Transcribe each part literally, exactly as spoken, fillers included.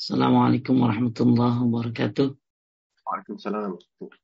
Assalamualaikum warahmatullahi wabarakatuh. Waalaikumsalam.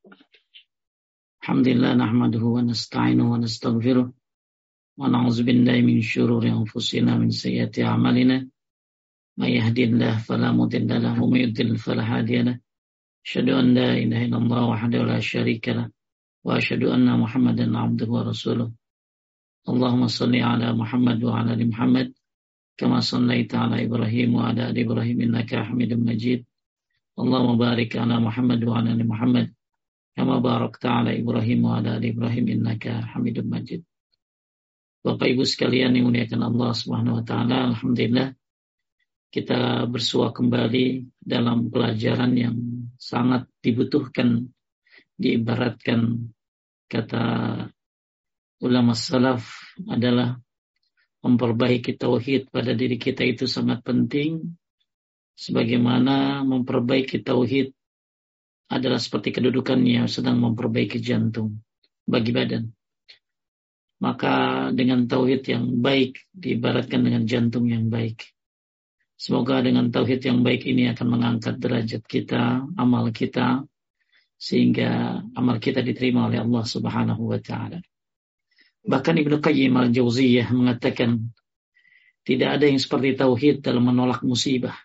Alhamdulillah nahmaduhu wa nasta'inuhu wa nastaghfiruh wa na'udzu billahi min syururi anfusina min sayyiati a'malina. May yahdihillahu fala mudilla lahu wa may yudlil fala hadiya lahu. Asyhadu an la ilaha illallah wahdahu la syarika lahu wa asyhadu anna Muhammadan 'abduhu wa rasuluh. Allahumma shalli 'ala Muhammad wa 'ala ali Muhammad kama shallaita 'ala Ibrahim wa 'ala ali Ibrahim innaka Hamidum Majid. Allahumma barik 'ala Muhammad wa 'ala ali Muhammad kama barakta 'ala Ibrahim wa 'ala ali Ibrahim innaka Hamidum Majid. Bapak Ibu sekalian yang dimuliakan Allah Subhanahu wa taala, alhamdulillah kita bersua kembali dalam pelajaran yang sangat dibutuhkan, diibaratkan kata ulama salaf adalah memperbaiki tauhid pada diri kita itu sangat penting, sebagaimana memperbaiki tauhid adalah seperti kedudukannya sedang memperbaiki jantung bagi badan. Maka dengan tauhid yang baik diibaratkan dengan jantung yang baik. Semoga dengan tauhid yang baik ini akan mengangkat derajat kita, amal kita, sehingga amal kita diterima oleh Allah Subhanahu wa taala. Bahkan Ibnu Qayyim al-Jauziyah mengatakan tidak ada yang seperti tauhid dalam menolak musibah.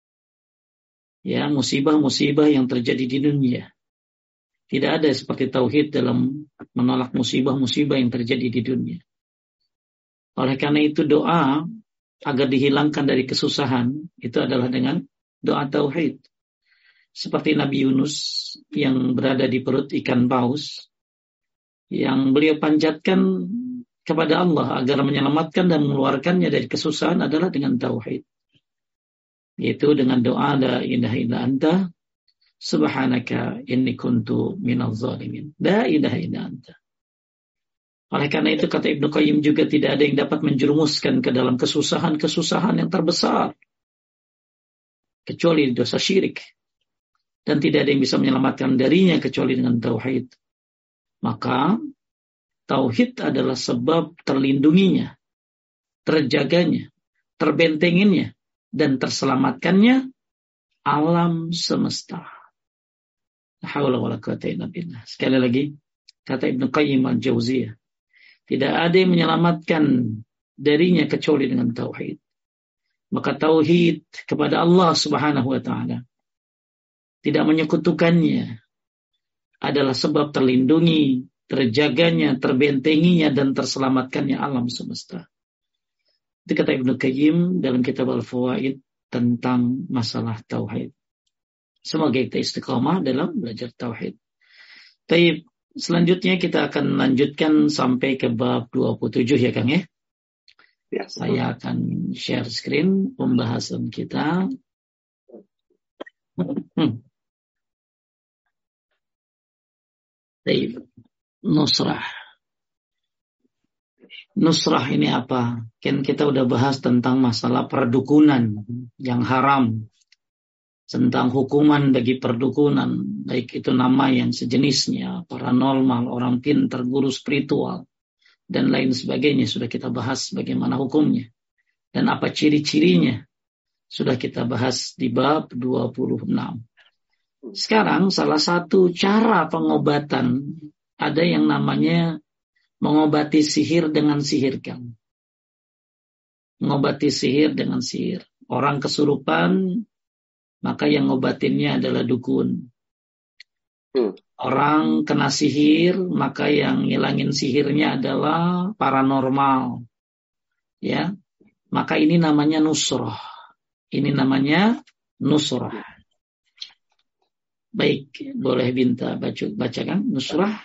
Ya, musibah-musibah yang terjadi di dunia. Tidak ada seperti tauhid dalam menolak musibah-musibah yang terjadi di dunia. Oleh karena itu doa agar dihilangkan dari kesusahan itu adalah dengan doa tauhid. Seperti Nabi Yunus yang berada di perut ikan paus, yang beliau panjatkan kepada Allah agar menyelamatkan dan mengeluarkannya dari kesusahan adalah dengan tauhid. Yaitu dengan doa la ilaha illa anta subhanaka inni kuntu minadh dhalimin. La ilaha illa anta. Oleh karena itu kata Ibnu Qayyim juga tidak ada yang dapat menjerumuskan ke dalam kesusahan-kesusahan yang terbesar kecuali dosa syirik, dan tidak ada yang bisa menyelamatkan darinya kecuali dengan tauhid. Maka tauhid adalah sebab terlindunginya, terjaganya, terbentenginnya, dan terselamatkannya alam semesta. La haula wala quwwata illa billah. Sekali lagi kata Ibnu Qayyim al-Jauziyah, tidak ada yang menyelamatkan darinya kecuali dengan tauhid. Maka tauhid kepada Allah Subhanahu wa taala, tidak menyekutukannya, adalah sebab terlindungi, terjaganya, terbentenginya, dan terselamatkannya alam semesta. Itu kata Ibnu Qayyim dalam kitab Al-Fawaid tentang masalah tauhid. Semoga kita istiqamah dalam belajar tauhid. Baik, selanjutnya kita akan lanjutkan sampai ke bab dua puluh tujuh ya Kang ya. Ya, saya akan share screen pembahasan kita. Hmm. Baik, nusrah. Nusrah ini apa? Kan kita udah bahas tentang masalah perdukunan yang haram, tentang hukuman bagi perdukunan, baik itu nama yang sejenisnya, paranormal, orang pintar, guru spiritual, dan lain sebagainya. Sudah kita bahas bagaimana hukumnya dan apa ciri-cirinya. Sudah kita bahas di bab dua puluh enam. Sekarang salah satu cara pengobatan ada yang namanya mengobati sihir dengan sihir Kang. Mengobati sihir dengan sihir. Orang kesurupan, maka yang ngobatinnya adalah dukun. Hmm. Orang kena sihir, maka yang ngilangin sihirnya adalah paranormal. Ya, maka ini namanya nusrah. Ini namanya nusrah. Baik, boleh Binta baca, bacakan nusrah.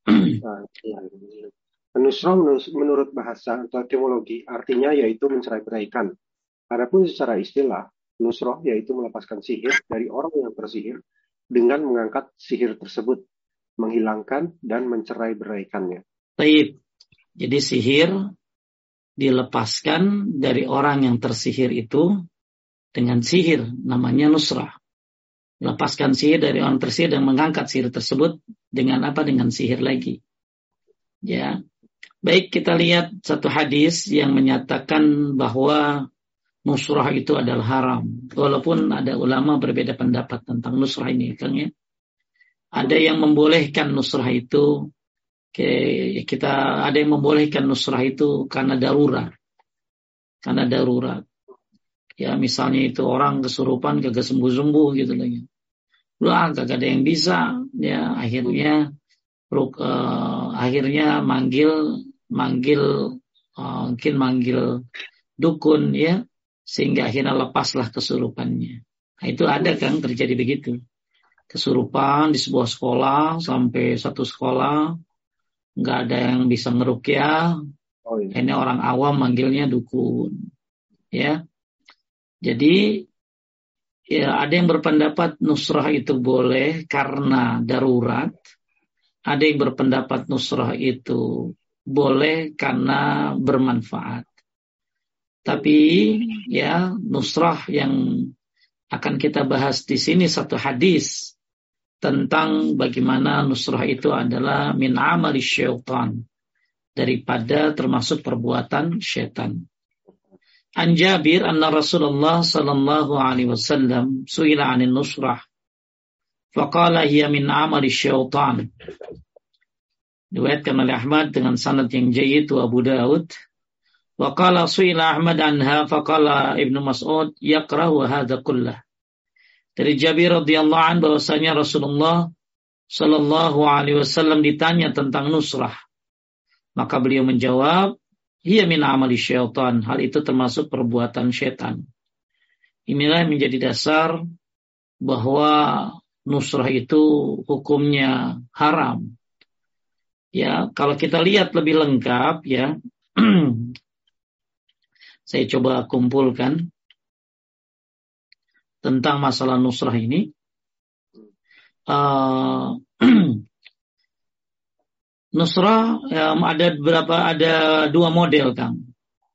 Nusrah menurut bahasa atau etimologi artinya yaitu mencerai-beraikan. Adapun secara istilah, nusrah yaitu melepaskan sihir dari orang yang tersihir dengan mengangkat sihir tersebut, menghilangkan dan mencerai-beraikannya. Baik, jadi sihir dilepaskan dari orang yang tersihir itu dengan sihir, namanya nusrah. Lepaskan sihir dari orang tersihir dan mengangkat sihir tersebut dengan apa? Dengan sihir lagi. Ya. Baik, kita lihat satu hadis yang menyatakan bahwa nusrah itu adalah haram. Walaupun ada ulama berbeda pendapat tentang nusrah ini, Kang ya. Ada yang membolehkan nusrah itu, kita ada yang membolehkan nusrah itu karena darurat. Karena darurat. Ya misalnya itu orang kesurupan kagak sembuh-sembuh gitu lagi. Wah, kagak ada yang bisa. Ya akhirnya ruk, uh, akhirnya manggil manggil uh, mungkin manggil dukun ya, sehingga akhirnya lepaslah kesurupannya. Nah, itu ada kan terjadi begitu. Kesurupan di sebuah sekolah sampai satu sekolah nggak ada yang bisa ngerukyah. Oh, iya. Ini orang awam manggilnya dukun. Ya. Jadi ya ada yang berpendapat nusrah itu boleh karena darurat. Ada yang berpendapat nusrah itu boleh karena bermanfaat. Tapi ya nusrah yang akan kita bahas di sini satu hadis tentang bagaimana nusrah itu adalah min amali syaitan, daripada termasuk perbuatan syaitan. An Jabir anna Rasulullah sallallahu alaihi wasallam su'ila 'anil nusrah faqala hiya min amali syaitan. Diriwayatkan oleh Ahmad dengan sanad yang jayyid wa Abu Daud. Wa qala su'ila Ahmad anha faqala Ibnu Mas'ud yakrahu hadza kullah. Dari Jabir radhiyallahu anhu bahwasanya Rasulullah sallallahu alaihi wasallam ditanya tentang nusrah. Maka beliau menjawab, hiya min amali syaitan, hal itu termasuk perbuatan syaitan. Inilah yang menjadi dasar bahwa nusrah itu hukumnya haram. Ya, kalau kita lihat lebih lengkap ya. Saya coba kumpulkan tentang masalah nusrah ini. Uh, nusrah um, ada berapa? Ada dua model, Kang.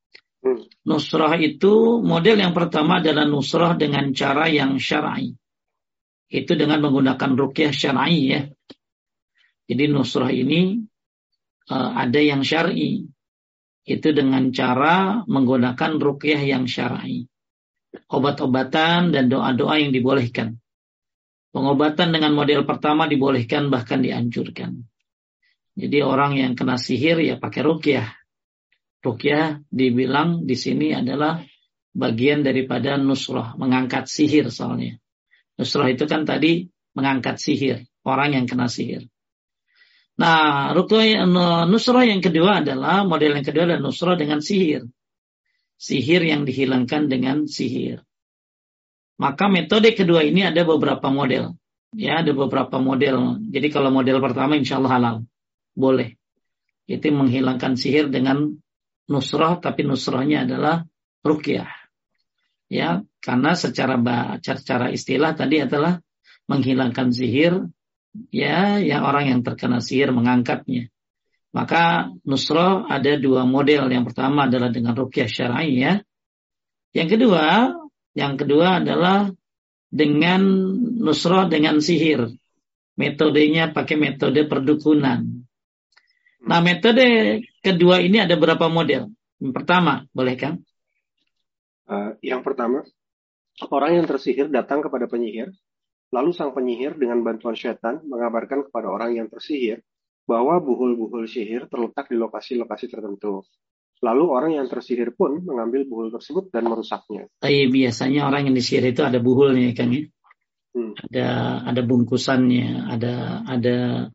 Nusrah itu model yang pertama adalah nusrah dengan cara yang syar'i. Itu dengan menggunakan ruqyah syar'i ya. Jadi nusrah ini uh, ada yang syar'i. Itu dengan cara menggunakan ruqyah yang syar'i. Obat-obatan dan doa-doa yang dibolehkan. Pengobatan dengan model pertama dibolehkan bahkan dianjurkan. Jadi orang yang kena sihir ya pakai ruqyah. Ruqyah dibilang di sini adalah bagian daripada nusrah, mengangkat sihir soalnya. Nusrah itu kan tadi mengangkat sihir, orang yang kena sihir. Nah, ruqyah nusrah yang kedua adalah model yang kedua adalah nusrah dengan sihir. Sihir yang dihilangkan dengan sihir. Maka metode kedua ini ada beberapa model. Ya, ada beberapa model. Jadi kalau model pertama insya Allah halal. Boleh. Itu menghilangkan sihir dengan nusrah, tapi nusrahnya adalah ruqyah. Ya, karena secara secara istilah tadi adalah menghilangkan sihir, ya, yang orang yang terkena sihir mengangkatnya. Maka nusrah ada dua model. Yang pertama adalah dengan ruqyah syar'i ya. Yang kedua, yang kedua adalah dengan nusrah dengan sihir. Metodenya pakai metode perdukunan. Nah, metode kedua ini ada berapa model? Yang pertama, boleh kan? Uh, yang pertama, orang yang tersihir datang kepada penyihir, lalu sang penyihir dengan bantuan syaitan mengabarkan kepada orang yang tersihir bahwa buhul-buhul sihir terletak di lokasi-lokasi tertentu. Lalu orang yang tersihir pun mengambil buhul tersebut dan merusaknya. Tapi biasanya orang yang disihir itu ada buhulnya kan ya? Hmm. Ada ada bungkusannya, ada ada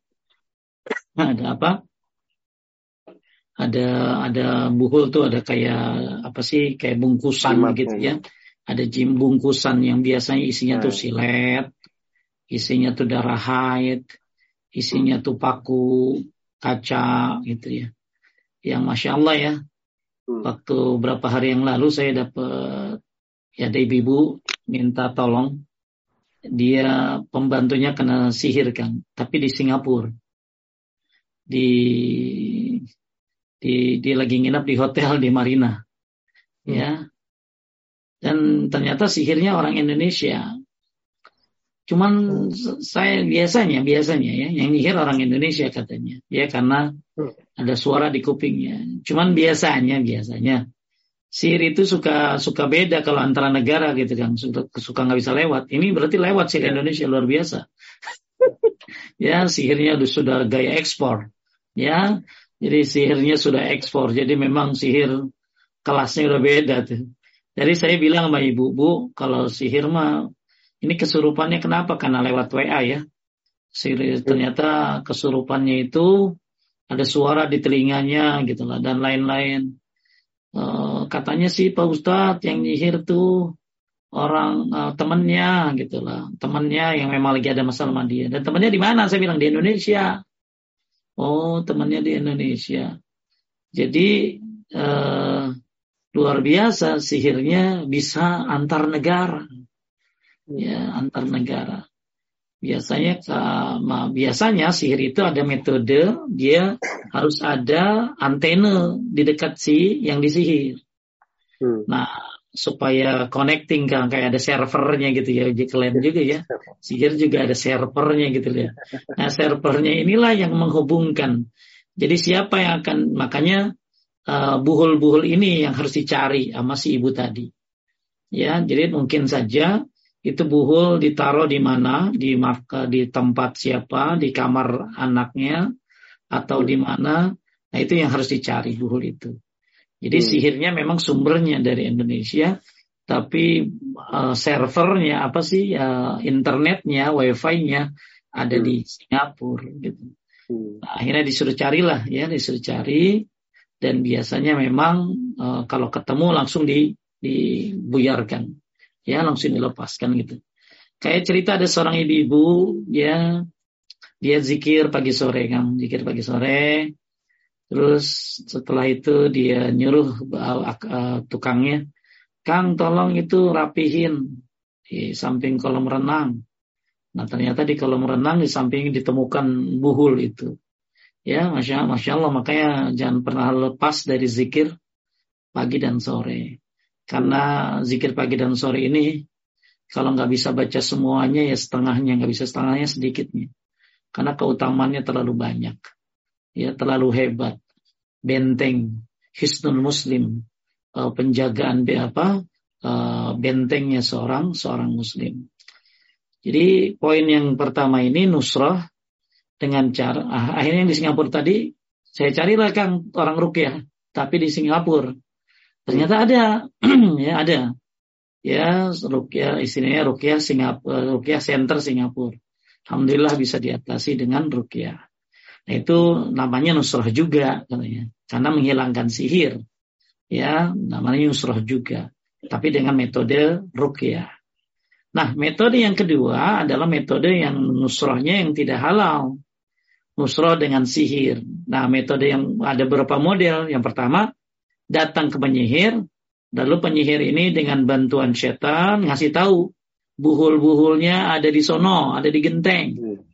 ada apa? Ada ada buhul tuh ada kayak apa sih? Kayak bungkusan Jimat, gitu ya. Ada jim bungkusan yang biasanya isinya nah. tuh silet, isinya tuh darah haid, isinya tuh paku kaca gitu ya. Yang Masya Allah ya, hmm. waktu berapa hari yang lalu saya dapat ya ada ibu minta tolong, dia pembantunya kena sihir kan, tapi di Singapura, di di dia lagi nginap di hotel di Marina, hmm. ya, dan ternyata sihirnya orang Indonesia. Cuman saya biasanya biasanya ya yang nyihir orang Indonesia katanya ya karena ada suara di kupingnya. Cuman biasanya biasanya Sihir itu suka suka beda kalau antara negara gitu kan, suka suka nggak bisa lewat. Ini berarti lewat sihir Indonesia luar biasa. Ya, sihirnya sudah gaya ekspor. Ya, jadi sihirnya sudah ekspor. Jadi memang sihir kelasnya udah beda tuh. Jadi saya bilang sama ibu, Bu, kalau sihir mah ini kesurupannya kenapa? Karena lewat W A ya. Sihir ternyata kesurupannya itu ada suara di telinganya gitu lah dan lain-lain. Uh, katanya sih Pak Ustadz yang nyihir tuh orang uh, temennya gitu lah, temennya yang memang lagi ada masalah sama dia. Dan temennya di mana? Saya bilang di Indonesia. Oh, temennya di Indonesia. Jadi uh, luar biasa sihirnya bisa antar negara, ya antar negara. Biasanya biasanya sihir itu ada metode, dia harus ada antena di dekat si yang disihir. Hmm. Nah, supaya connecting kan kayak ada servernya gitu ya, kalian juga ya. Sihir juga ada servernya gitu ya. Nah, servernya inilah yang menghubungkan. Jadi siapa yang akan, makanya uh, buhul-buhul ini yang harus dicari sama si ibu tadi. Ya, jadi mungkin saja itu buhul ditaruh di mana, di di tempat siapa, di kamar anaknya atau di mana. Nah, itu yang harus dicari buhul itu. Jadi hmm. sihirnya memang sumbernya dari Indonesia, tapi uh, servernya apa sih, uh, internetnya, wifi-nya ada hmm. di Singapura gitu. Hmm. Nah, akhirnya disuruh carilah ya, disuruh cari dan biasanya memang uh, kalau ketemu langsung di dibuyarkan. Ya langsung dilepaskan gitu. Kayak cerita ada seorang ibu-ibu, ya dia zikir pagi sore kan, zikir pagi sore. Terus setelah itu dia nyuruh uh, uh, tukangnya, Kang tolong itu rapihin di samping kolam renang. Nah ternyata di kolam renang di samping ditemukan buhul itu. Ya masya, masya Allah, makanya jangan pernah lepas dari zikir pagi dan sore. Karena zikir pagi dan sore ini kalau nggak bisa baca semuanya ya setengahnya, nggak bisa setengahnya sedikitnya. Karena keutamaannya terlalu banyak, ya terlalu hebat, benteng, hisnul muslim, uh, penjagaan apa, uh, bentengnya seorang seorang muslim. Jadi poin yang pertama ini nusrah dengan cara, ah, akhirnya di Singapura tadi saya carilah Kang orang ruqyah, tapi di Singapura. Ternyata ada, ya ada, ya ruqyah istilahnya ruqyah Singapura, ruqyah center Singapura. Alhamdulillah bisa diatasi dengan ruqyah. Nah itu namanya nusrah juga katanya, karena menghilangkan sihir, ya namanya nusrah juga, tapi dengan metode ruqyah. Nah metode yang kedua adalah metode yang nusrahnya yang tidak halal, nusrah dengan sihir. Nah metode yang ada beberapa model. Yang pertama, datang ke penyihir, lalu penyihir ini dengan bantuan setan ngasih tahu buhul-buhulnya ada di sono, ada di genteng.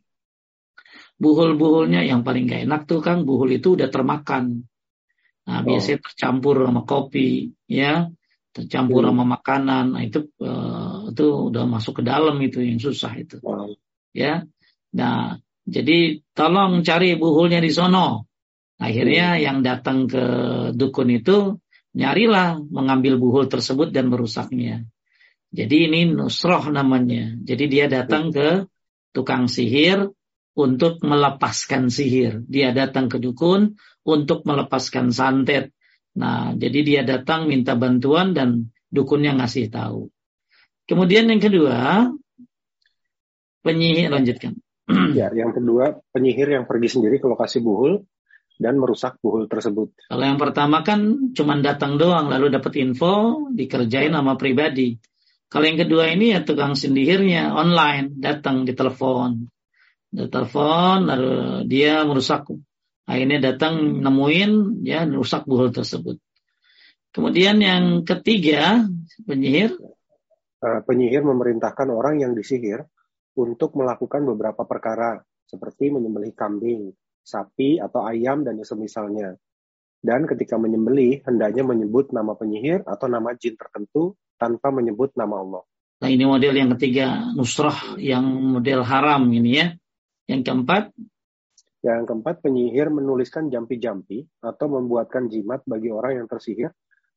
Buhul-buhulnya yang paling gak enak tuh Kang, buhul itu udah termakan. Nah, biasanya tercampur sama kopi, ya, tercampur sama makanan. Nah, itu uh, itu udah masuk ke dalam itu yang susah itu. Ya. Nah, jadi tolong cari buhulnya di sono. Akhirnya hmm. yang datang ke dukun itu nyarilah mengambil buhul tersebut dan merusaknya. Jadi ini nusroh namanya. Jadi dia datang ke tukang sihir untuk melepaskan sihir. Dia datang ke dukun untuk melepaskan santet. Nah, jadi dia datang minta bantuan dan dukunnya ngasih tahu. Kemudian yang kedua, penyihir, lanjutkan. Ya, yang kedua, penyihir yang pergi sendiri ke lokasi buhul dan merusak buhul tersebut. Kalau yang pertama kan cuma datang doang, lalu dapat info, dikerjain sama pribadi. Kalau yang kedua ini ya tukang sihirnya online, datang di telepon. Di telepon, lalu dia merusak. Akhirnya datang nemuin, ya merusak buhul tersebut. Kemudian yang ketiga, penyihir. Uh, penyihir memerintahkan orang yang disihir untuk melakukan beberapa perkara, seperti menyembelih kambing, sapi atau ayam dan semisalnya. Dan ketika menyembelih, hendaknya menyebut nama penyihir atau nama jin tertentu tanpa menyebut nama Allah. Nah ini model yang ketiga, nusrah yang model haram ini ya. Yang keempat? Yang keempat, penyihir menuliskan jampi-jampi atau membuatkan jimat bagi orang yang tersihir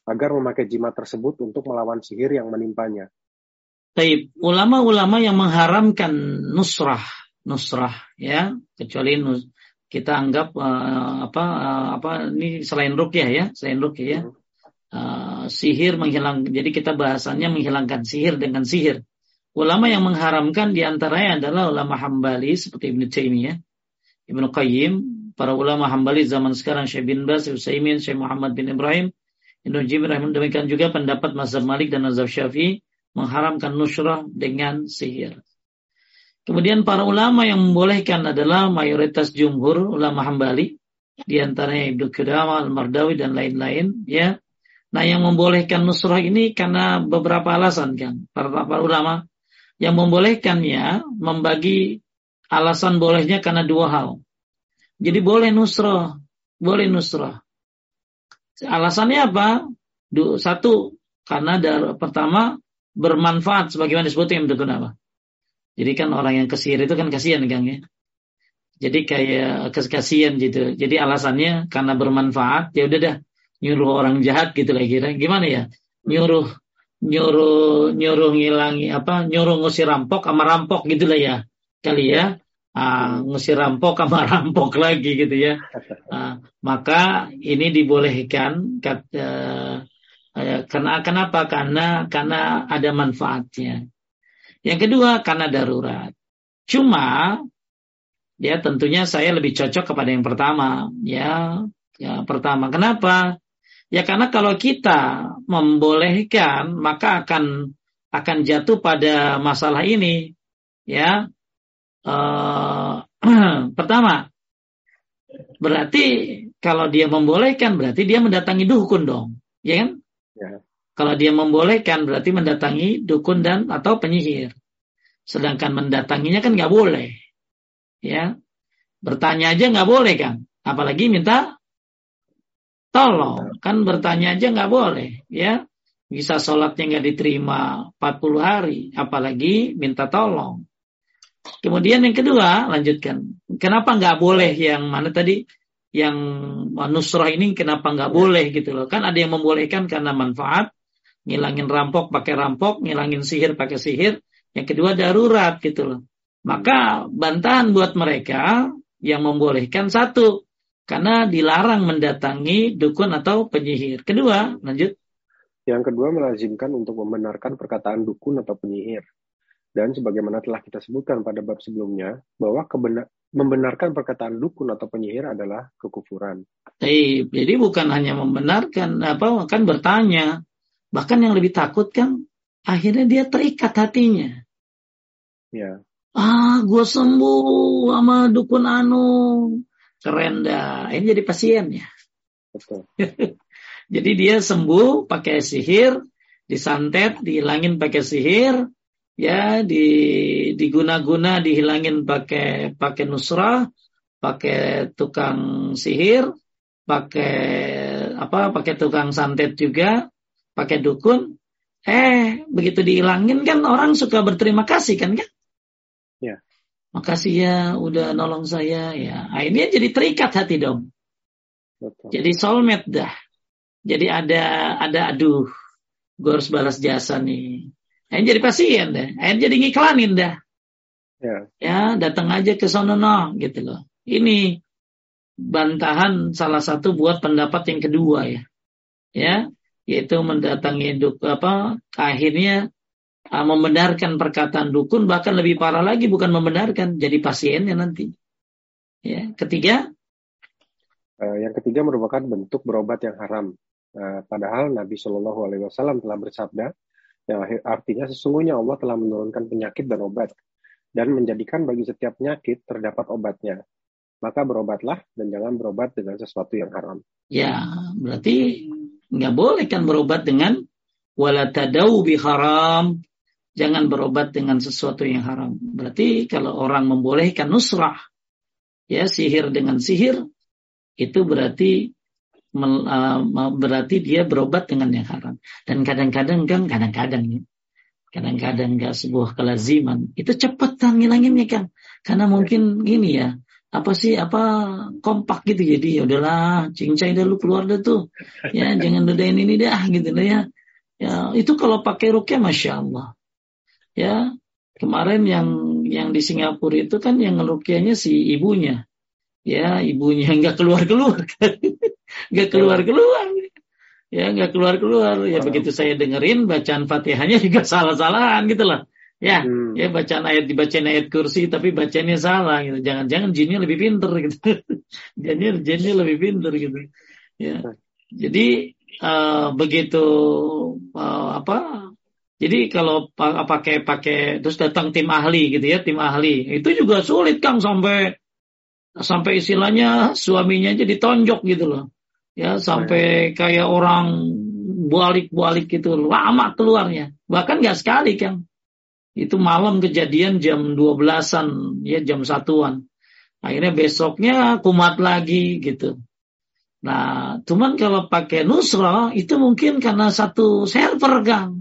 agar memakai jimat tersebut untuk melawan sihir yang menimpanya. Taib, ulama-ulama yang mengharamkan nusrah, nusrah ya, kecuali nus, kita anggap uh, apa uh, apa ini selain ruqyah ya, selain ruqyah ya. Uh, sihir menghilang, jadi kita bahasannya menghilangkan sihir dengan sihir. Ulama yang mengharamkan diantaranya adalah ulama Hambali seperti Ibnu Taimiyah, Ibnu Qayyim, para ulama Hambali zaman sekarang Syekh bin Baz, Utsaimin, Syekh Muhammad bin Ibrahim, Ibnu Jibril, demikian juga pendapat mazhab Malik dan mazhab Syafi'i mengharamkan nusrah dengan sihir. Kemudian para ulama yang membolehkan adalah mayoritas jumhur ulama Hambali, diantaranya Ibnu Qudamah, Al-Mardawi dan lain-lain ya. Nah, yang membolehkan nusrah ini karena beberapa alasan kan. Para, para ulama yang membolehkannya membagi alasan bolehnya karena dua hal. Jadi boleh nusrah, boleh nusrah. Alasannya apa? Satu, karena dari, pertama bermanfaat sebagaimana disebutkan Ibnu Qudamah. Jadi kan orang yang kesihir itu kan kasihan kan ya. Jadi kayak kasihan gitu. Jadi alasannya karena bermanfaat, ya udah dah nyuruh orang jahat gitu lah kira. Gimana ya? Nyuruh nyuruh nyuruh ngilangi apa? Nyuruh ngusir rampok sama rampok gitu lah ya. Kali ya. Ah, ngusir rampok sama rampok lagi gitu ya. Ah, maka ini dibolehkan kata Karena kenapa? Karena karena ada manfaatnya. Yang kedua karena darurat. Cuma ya tentunya saya lebih cocok kepada yang pertama. Ya, ya pertama. Kenapa? Ya karena kalau kita membolehkan maka akan akan jatuh pada masalah ini. Ya, uh, pertama berarti kalau dia membolehkan berarti dia mendatangi dukun dong, ya kan? Ya. Kalau dia membolehkan berarti mendatangi dukun dan atau penyihir. Sedangkan mendatanginya kan nggak boleh, ya. Bertanya aja nggak boleh kan, apalagi minta tolong. Kan bertanya aja nggak boleh, ya. Bisa sholatnya nggak diterima empat puluh hari, apalagi minta tolong. Kemudian yang kedua, lanjutkan. Kenapa nggak boleh yang mana tadi? Yang nusrah ini kenapa nggak boleh gitu loh. Kan ada yang membolehkan karena manfaat, ngilangin rampok pakai rampok, ngilangin sihir pakai sihir. Yang kedua darurat gitu loh. Maka bantahan buat mereka yang membolehkan satu, karena dilarang mendatangi dukun atau penyihir. Kedua, lanjut. Yang kedua melazimkan untuk membenarkan perkataan dukun atau penyihir. Dan sebagaimana telah kita sebutkan pada bab sebelumnya, bahwa kebenar, membenarkan perkataan dukun atau penyihir adalah kekufuran. Eh, jadi bukan hanya membenarkan, apa kan bertanya. Bahkan yang lebih takut kan, akhirnya dia terikat hatinya. Ya. Ah, gue sembuh sama dukun anu. Keren dah. Ini jadi pasien ya. Betul. Jadi dia sembuh pakai sihir, disantet, dihilangin pakai sihir. Ya, di diguna-guna dihilangin pakai pakai nusrah, pakai tukang sihir, pakai apa? Pakai tukang santet juga, pakai dukun. Eh, begitu dihilangin kan orang suka berterima kasih kan kan? Ya. Makasih ya udah nolong saya ya. Akhirnya jadi terikat hati dong. Betul. Jadi soulmate dah. Jadi ada ada aduh, gue harus balas jasa nih. Akhirnya jadi pasien dah. Akhirnya jadi ngiklanin dah. Ya, ya datang aja ke sono no, gitu loh. Ini bantahan salah satu buat pendapat yang kedua ya. Ya, yaitu mendatangi duk apa akhirnya uh, membenarkan perkataan dukun, bahkan lebih parah lagi bukan membenarkan, jadi pasiennya nanti. Ya, ketiga uh, yang ketiga merupakan bentuk berobat yang haram. Uh, padahal Nabi Shallallahu Alaihi Wasallam telah bersabda, yang artinya sesungguhnya Allah telah menurunkan penyakit dan obat, dan menjadikan bagi setiap penyakit terdapat obatnya. Maka berobatlah dan jangan berobat dengan sesuatu yang haram. Ya, berarti nggak boleh kan berobat dengan wala tadau bi haram. Jangan berobat dengan sesuatu yang haram. Berarti kalau orang membolehkan nusrah, ya sihir dengan sihir, itu berarti berarti dia berobat dengan yang haram. Dan kadang-kadang kan, kadang-kadang ya, kadang-kadang nggak sebuah kelaziman. Itu cepat kan ngilanginnya kan, karena mungkin gini ya, apa sih apa kompak gitu, jadi ya udahlah cincai dah lu keluar dah tuh ya, jangan dodain ini dah gitu lah ya. Ya itu kalau pakai rukyah masya Allah ya. Kemarin yang yang di Singapura itu kan yang ngerukyahnya si ibunya ya, ibunya nggak keluar keluar nggak keluar keluar ya, nggak keluar keluar ya. Begitu saya dengerin bacaan Fatihahnya juga salah-salahan gitu lah ya. Hmm. Ya bacaan ayat dibacain ayat kursi tapi bacanya salah gitu. Jangan-jangan jinnya lebih pinter gitu. jinnya jinnya lebih pinter gitu ya. Jadi uh, begitu uh, apa jadi kalau pakai pakai terus datang tim ahli gitu ya, tim ahli itu juga sulit Kang, sampai sampai istilahnya suaminya aja ditonjok gitu loh ya, sampai kayak orang balik-balik gitu, lama keluarnya, bahkan nggak sekali Kang. Itu malam kejadian jam dua belasan ya, jam satuan. Akhirnya besoknya kumat lagi gitu. Nah, cuman kalau pakai nusra itu mungkin karena satu server Kang.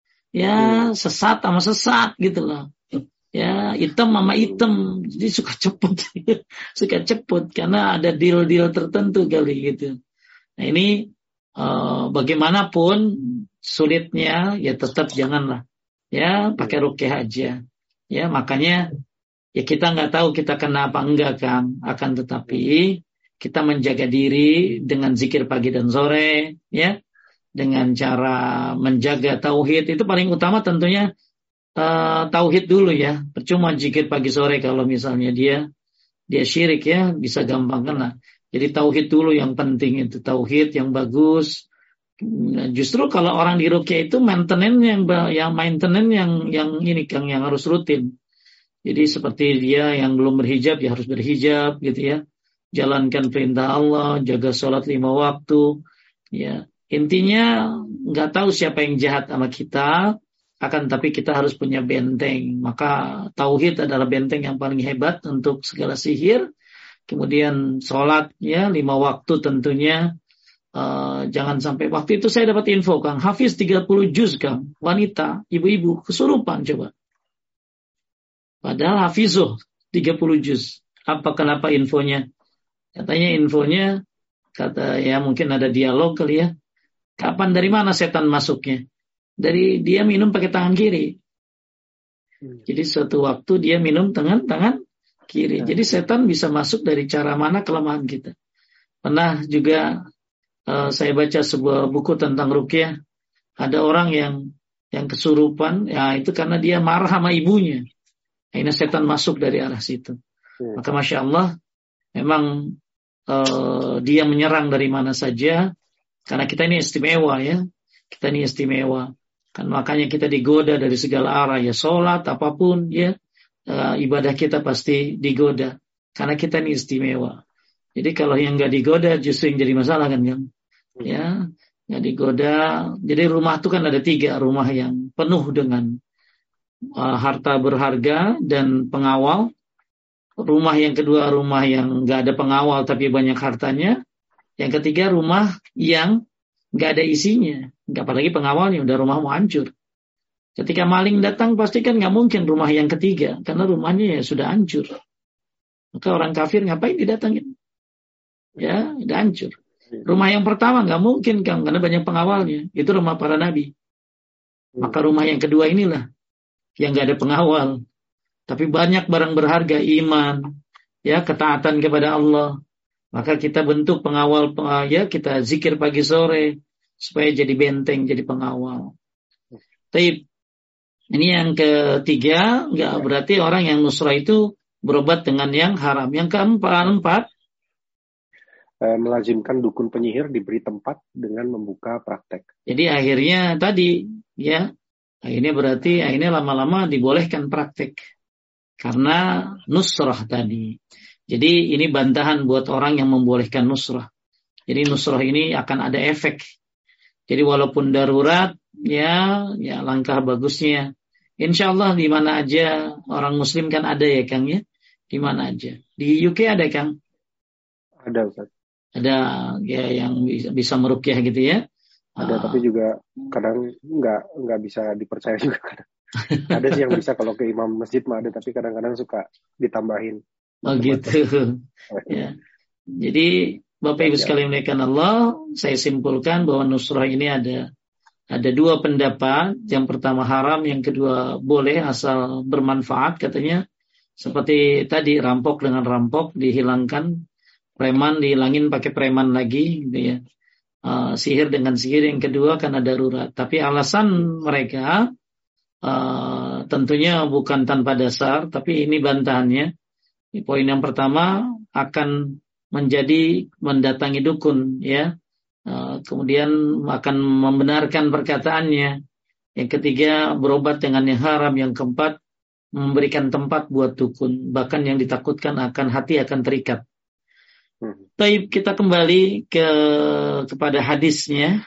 Ya, sesat sama sesat gitu loh. Ya, hitam sama hitam. Jadi suka cepet. suka cepet karena ada deal-deal tertentu kali gitu. Nah, ini uh, bagaimanapun sulitnya ya tetap janganlah. Ya, pakai rukyah aja. Ya, makanya ya kita nggak tahu kita kena apa enggak Kang. Akan tetapi kita menjaga diri dengan zikir pagi dan sore, ya, dengan cara menjaga tauhid. Itu paling utama tentunya uh, tauhid dulu ya. Percuma zikir pagi sore kalau misalnya dia dia syirik ya, bisa gampang kena. Jadi tauhid dulu yang penting, itu tauhid yang bagus. Justru kalau orang di rukyah itu maintenance yang yang maintenance yang yang ini Kang, yang harus rutin. Jadi seperti dia yang belum berhijab ya harus berhijab gitu ya. Jalankan perintah Allah, jaga sholat lima waktu. Ya, intinya nggak tahu siapa yang jahat sama kita, akan tapi kita harus punya benteng. Maka tauhid adalah benteng yang paling hebat untuk segala sihir. Kemudian sholat ya lima waktu tentunya. Uh, jangan sampai, waktu itu saya dapat info Kang, Hafiz tiga puluh juz Kang, wanita, ibu-ibu kesurupan coba. Padahal Hafizuh tiga puluh juz. Apa kenapa infonya? Katanya infonya, kata ya mungkin ada dialog kali ya. Kapan, dari mana setan masuknya? Dari dia minum pakai tangan kiri. Jadi suatu waktu dia minum tangan tangan kiri. Jadi setan bisa masuk dari cara mana kelemahan kita. Pernah juga Uh, saya baca sebuah buku tentang rukyah. Ada orang yang yang kesurupan, ya itu karena dia marah sama ibunya. Akhirnya setan masuk dari arah situ. Maka masya Allah, memang uh, dia menyerang dari mana saja. Karena kita ini istimewa ya, kita ini istimewa. Kan makanya kita digoda dari segala arah ya, sholat apapun ya, uh, ibadah kita pasti digoda. Karena kita ini istimewa. Jadi kalau yang nggak digoda justru yang jadi masalah kan Kang. Ya, nggak digoda. Jadi rumah itu kan ada tiga, rumah yang penuh dengan uh, harta berharga dan pengawal. Rumah yang kedua rumah yang nggak ada pengawal tapi banyak hartanya. Yang ketiga rumah yang nggak ada isinya, nggak apalagi pengawalnya, udah rumah mau hancur. Ketika maling datang pasti kan nggak mungkin rumah yang ketiga karena rumahnya ya sudah hancur. Maka orang kafir ngapain didatangin? Ya, udah hancur. Rumah yang pertama nggak mungkin Kang, karena banyak pengawalnya. Itu rumah para nabi. Maka rumah yang kedua inilah yang nggak ada pengawal, tapi banyak barang berharga, iman, ya ketaatan kepada Allah. Maka kita bentuk pengawal, ya kita zikir pagi sore supaya jadi benteng, jadi pengawal. Tapi ini yang ketiga, nggak berarti orang yang nusrah itu berobat dengan yang haram. Yang keempat, empat melazimkan dukun penyihir diberi tempat dengan membuka praktek. Jadi akhirnya tadi ya, akhirnya berarti akhirnya lama-lama dibolehkan praktek karena nusrah tadi. Jadi ini bantahan buat orang yang membolehkan nusrah. Jadi nusrah ini akan ada efek. Jadi walaupun darurat ya, ya langkah bagusnya. Insya Allah di mana aja orang Muslim kan ada ya Kang ya, di mana aja. Di U K ada Kang? Ada Ustaz. Ada ya yang bisa, bisa merukyah gitu ya. Ada uh, tapi juga kadang nggak nggak bisa dipercaya juga kadang. Ada sih yang bisa kalau ke imam masjid mah ada, tapi kadang-kadang suka ditambahin Oh gitu. Ya. Jadi Bapak Ibu sekalian muliakan Allah, saya simpulkan bahwa nusrah ini ada ada dua pendapat. Yang pertama haram, yang kedua boleh asal bermanfaat katanya. Seperti tadi rampok dengan rampok dihilangkan, preman dihilangin pakai preman lagi, gitu ya. Uh, sihir dengan sihir yang kedua karena darurat. Tapi alasan mereka uh, tentunya bukan tanpa dasar, tapi ini bantahannya. Poin yang pertama akan menjadi mendatangi dukun, ya, uh, kemudian akan membenarkan perkataannya. Yang ketiga berobat dengan yang haram. Yang keempat memberikan tempat buat dukun, bahkan yang ditakutkan akan hati akan terikat. Hmm. Baik, kita kembali ke kepada hadisnya.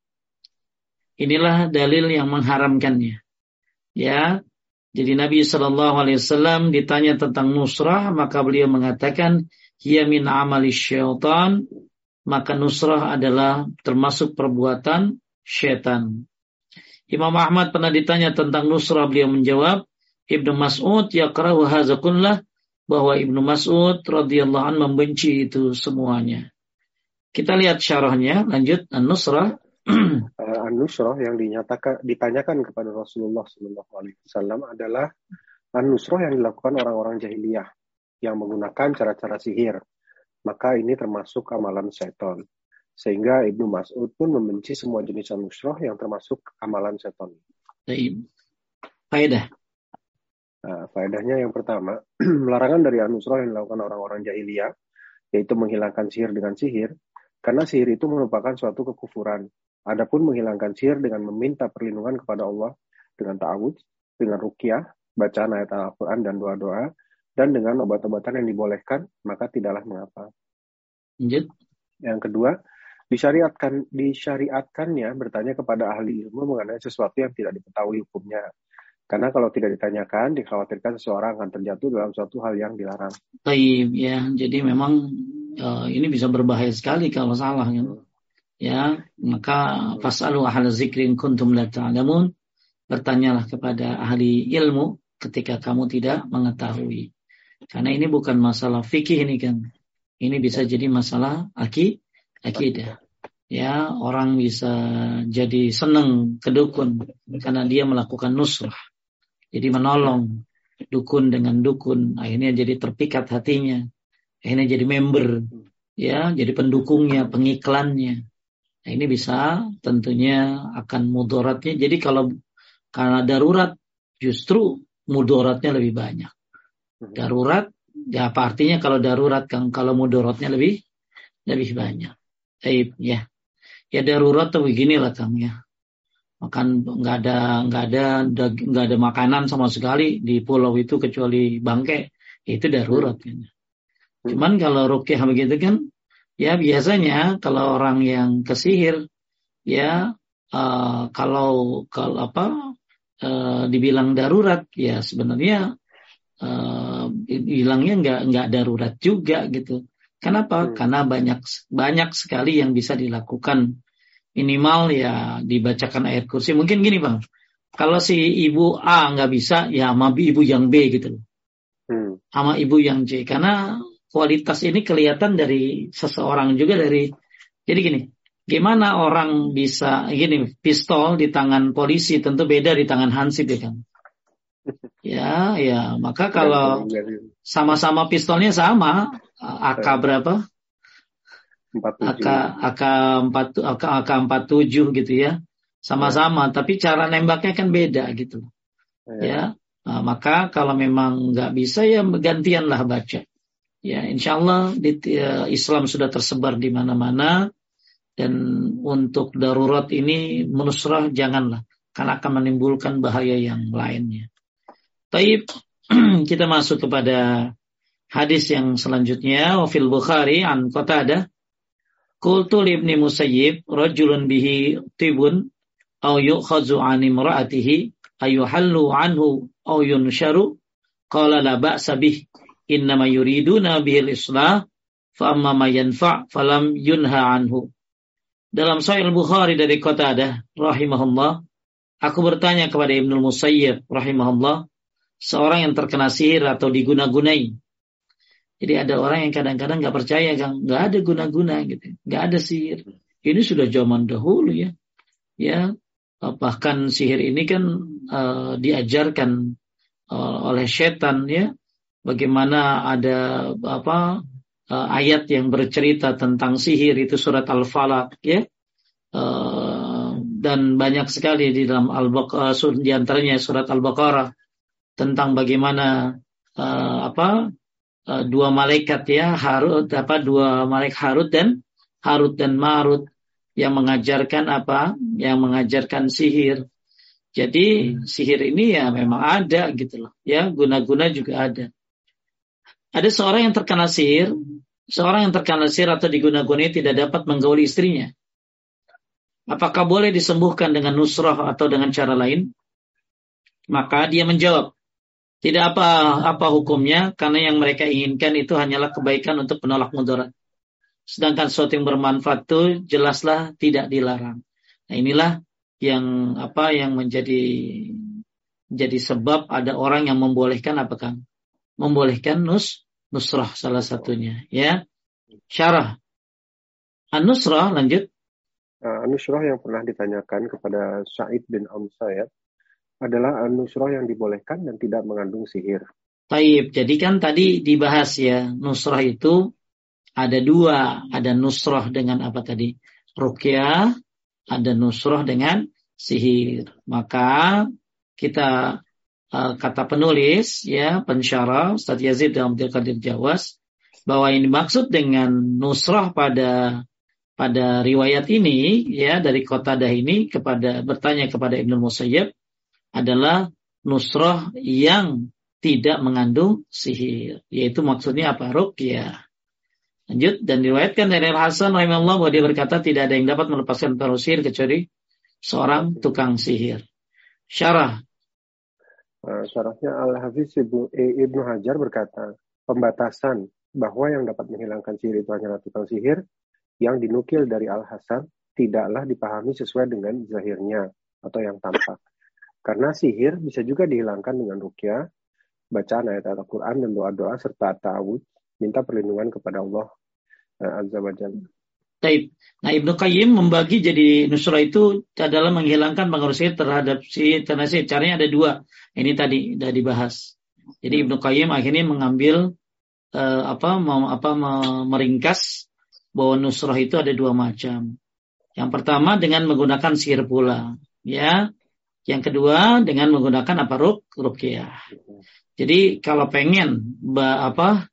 Inilah dalil yang mengharamkannya. Ya. Jadi Nabi shallallahu alaihi wasallam ditanya tentang nusrah, maka beliau mengatakan, hiya min amali syaitan, maka nusrah adalah termasuk perbuatan syaitan. Imam Ahmad pernah ditanya tentang nusrah, beliau menjawab, Ibnu Mas'ud yaqra'u hadza kullah, bahwa Ibnu Mas'ud radhiyallahu anhu membenci itu semuanya. Kita lihat syarahnya, lanjut. An-nusrah Uh, An-nusrah yang dinyatakan ditanyakan kepada Rasulullah shallallahu alaihi wasallam adalah an-nusrah yang dilakukan orang-orang jahiliyah yang menggunakan cara-cara sihir. Maka ini termasuk amalan setan. Sehingga Ibnu Mas'ud pun membenci semua jenis an-nusrah yang termasuk amalan setan. Baik. Faedah. Nah, faedahnya yang pertama, larangan dari an-nusrah yang dilakukan orang-orang jahiliyah, yaitu menghilangkan sihir dengan sihir, karena sihir itu merupakan suatu kekufuran. Adapun menghilangkan sihir dengan meminta perlindungan kepada Allah dengan ta'awudz, dengan ruqyah, bacaan ayat Al-Quran dan doa-doa, dan dengan obat-obatan yang dibolehkan, maka tidaklah mengapa. Lanjut. Yang kedua, disyariatkan disyariatkannya bertanya kepada ahli ilmu mengenai sesuatu yang tidak diketahui hukumnya. Karena kalau tidak ditanyakan, dikhawatirkan seseorang akan terjatuh dalam suatu hal yang dilarang. Baik, ya. Jadi memang uh, ini bisa berbahaya sekali kalau salah, ya. Ya, maka fasalu ahla dzikri in kuntum la ta'lamun, bertanyalah kepada ahli ilmu ketika kamu tidak mengetahui. Karena ini bukan masalah fikih ini kan. Ini bisa jadi masalah aki, akidah. Ya, orang bisa jadi senang ke dukun karena dia melakukan nusrah. Jadi menolong dukun dengan dukun, akhirnya jadi terpikat hatinya. Akhirnya jadi member, ya, jadi pendukungnya, pengiklannya. Nah, ini bisa tentunya akan mudaratnya. Jadi kalau karena darurat, justru mudaratnya lebih banyak. Darurat, ya apa artinya kalau darurat kan? Kalau mudaratnya lebih lebih banyak. Baik, ya. Ya darurat tuh beginilah Kang ya. Makan nggak ada nggak ada nggak ada makanan sama sekali di pulau itu kecuali bangkai, itu darurat kan. Cuman kalau ruqyah begitu kan. Ya biasanya kalau orang yang kesihir, ya uh, kalau kalau apa uh, dibilang darurat, ya sebenarnya uh, bilangnya nggak nggak darurat juga gitu. Kenapa? Hmm. Karena banyak banyak sekali yang bisa dilakukan. Minimal ya dibacakan ayat kursi. Mungkin gini bang, kalau si ibu A nggak bisa, ya sama ibu yang B gitu, hmm. sama ibu yang C. Karena kualitas ini kelihatan dari seseorang juga dari. Jadi gini, gimana orang bisa gini, pistol di tangan polisi tentu beda di tangan Hansip ya kan? Ya, ya. Maka kalau sama-sama pistolnya sama, A K berapa? A K AK empat AK AK empat puluh tujuh gitu ya, sama-sama. Tapi cara nembaknya kan beda gitu. Ya, nah, maka kalau memang nggak bisa ya gantianlah baca. Ya, insya Allah di, ya, Islam sudah tersebar di mana-mana, dan untuk darurat ini menusrah janganlah, karena akan menimbulkan bahaya yang lainnya. Taib, kita masuk kepada hadis yang selanjutnya. Wa fil Bukhari an Qatadah, qultu li Ibni Musayyib, rajulun bihi tibun aw yu'khadhu an imra'atihi ayuhallu anhu aw yunsharu, qala la ba'sa bih, innama yuriduna bihil islah fa amma ma yanfa' falam yunha anhu. Dalam Sahih Al-Bukhari dari Qatadah rahimahullah, aku bertanya kepada Ibnu Musayyib rahimahullah, seorang yang terkena sihir atau diguna-gunai. Jadi ada orang yang kadang-kadang nggak percaya, Kang, nggak ada guna-guna gitu, nggak ada sihir. Ini sudah zaman dahulu ya, ya bahkan sihir ini kan uh, diajarkan uh, oleh setan ya. Bagaimana ada apa uh, ayat yang bercerita tentang sihir itu surat Al-Falaq ya, uh, dan banyak sekali di dalam Al-Baqarah, uh, di antaranya surat Al-Baqarah tentang bagaimana uh, apa uh, dua malaikat ya Harut apa dua malaikat Harut dan Harut dan Marut yang mengajarkan apa yang mengajarkan sihir. Jadi sihir ini ya memang ada gitu loh ya, guna-guna juga ada. Ada seorang yang terkena sihir, seorang yang terkena sihir atau diguna-gunai tidak dapat menggauli istrinya. Apakah boleh disembuhkan dengan nusrah atau dengan cara lain? Maka dia menjawab, tidak apa apa hukumnya, karena yang mereka inginkan itu hanyalah kebaikan untuk penolak mudarat. Sedangkan sesuatu yang bermanfaat itu jelaslah tidak dilarang. Nah inilah yang apa yang menjadi jadi sebab ada orang yang membolehkan apa Kang? Membolehkan nus nusrah salah satunya ya. Syarah an-nusrah lanjut. Uh, an-nusrah yang pernah ditanyakan kepada Sa'id bin Amsayyad adalah an-nusrah yang dibolehkan dan tidak mengandung sihir. Taib. Jadi kan tadi dibahas ya, nusrah itu ada dua, ada nusrah dengan apa tadi? Ruqyah, ada nusrah dengan sihir. Maka kita uh, kata penulis ya, pensyarah Ustaz Yazid dan Abdul Qadir Jawas bahwa ini maksud dengan nusrah pada pada riwayat ini ya dari Qatadah ini kepada bertanya kepada Ibnu Musayyib adalah nusrah yang tidak mengandung sihir, yaitu maksudnya apa? Ruqyah. Lanjut, dan diriwayatkan dari Al-Hasan rahimahullah bahwa dia berkata tidak ada yang dapat melepaskan pengaruh sihir kecuali seorang tukang sihir. Syarah. Uh, syarahnya Al-Hafiz Ibnu, Ibnu Hajar berkata, pembatasan bahwa yang dapat menghilangkan sihir itu hanyalah tukang sihir yang dinukil dari Al-Hasan tidaklah dipahami sesuai dengan zahirnya atau yang tampak. Karena sihir bisa juga dihilangkan dengan ruqyah, bacaan ayat Al-Quran dan doa-doa serta ta'awudz, minta perlindungan kepada Allah uh, Azza wa Jalla. Taib. Nah Ibnu Qayyim membagi jadi nusrah itu adalah menghilangkan pengaruh sihir terhadap si terhadap sihir. Caranya ada dua. Ini tadi sudah dibahas. Jadi Ibnu Qayyim akhirnya mengambil uh, apa mau apa meringkas bahwa nusrah itu ada dua macam. Yang pertama dengan menggunakan sihir pula, ya. Yang kedua dengan menggunakan apa ruk ruqyah. Jadi kalau pengen ba, apa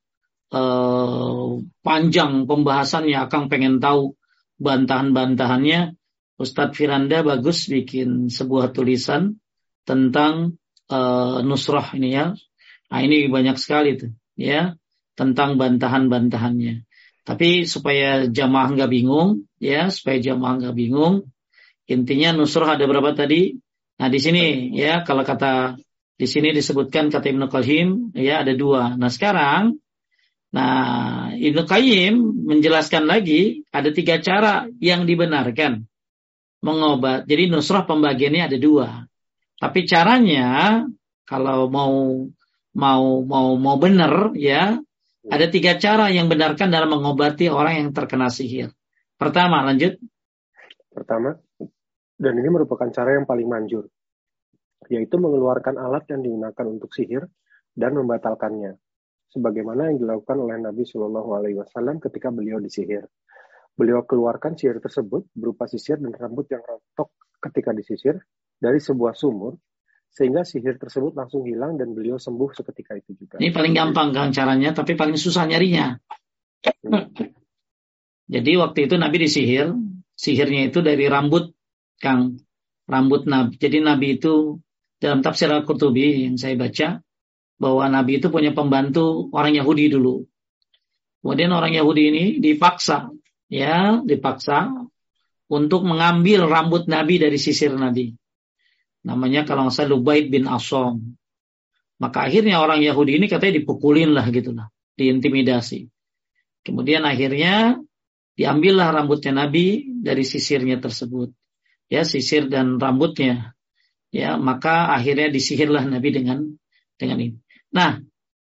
Uh, panjang pembahasannya, Akang pengen tahu bantahan-bantahannya, Ustadz Firanda bagus bikin sebuah tulisan tentang uh, nusrah ini ya. Nah ini banyak sekali tuh ya tentang bantahan-bantahannya. Tapi supaya jamaah nggak bingung ya, supaya jamaah nggak bingung, intinya nusrah ada berapa tadi? Nah di sini ya kalau kata di sini disebutkan kata Ibnu Qayyim ya ada dua. Nah sekarang Nah, Ibnu Qayyim menjelaskan lagi ada tiga cara yang dibenarkan mengobat. Jadi nusrah pembagiannya ada dua. Tapi caranya kalau mau mau mau mau benar ya, ada tiga cara yang benarkan dalam mengobati orang yang terkena sihir. Pertama, lanjut. Pertama, dan ini merupakan cara yang paling manjur, yaitu mengeluarkan alat yang digunakan untuk sihir dan membatalkannya. Sebagaimana yang dilakukan oleh Nabi Shallallahu Alaihi Wasallam ketika beliau disihir. Beliau keluarkan sihir tersebut berupa sisir dan rambut yang rontok ketika disisir dari sebuah sumur, sehingga sihir tersebut langsung hilang dan beliau sembuh seketika itu juga. Ini paling gampang Kang caranya, tapi paling susah nyarinya. Hmm. Jadi waktu itu Nabi disihir, sihirnya itu dari rambut Kang, rambut Nabi. Jadi Nabi itu dalam tafsir Al-Qurtubi yang saya baca, bahwa Nabi itu punya pembantu orang Yahudi dulu. Kemudian orang Yahudi ini dipaksa, ya, dipaksa untuk mengambil rambut Nabi dari sisir Nabi. Namanya kalau nggak salah Lubaid bin Asom. Maka akhirnya orang Yahudi ini katanya dipukulin lah gitulah, diintimidasi. Kemudian akhirnya diambillah rambutnya Nabi dari sisirnya tersebut. Ya, sisir dan rambutnya. Ya, maka akhirnya disihirlah Nabi dengan dengan ini. Nah,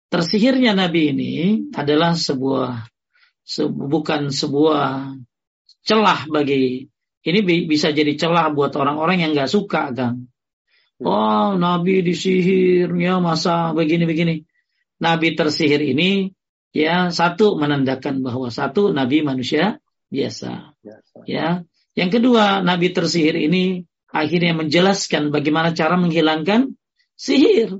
tersihirnya Nabi ini adalah sebuah se, bukan sebuah celah bagi ini bisa jadi celah buat orang-orang yang nggak suka, Kang. Oh, Nabi disihirnya masa begini-begini. Nabi tersihir ini ya satu menandakan bahwa satu Nabi manusia biasa. biasa. Ya. Yang kedua, Nabi tersihir ini akhirnya menjelaskan bagaimana cara menghilangkan sihir.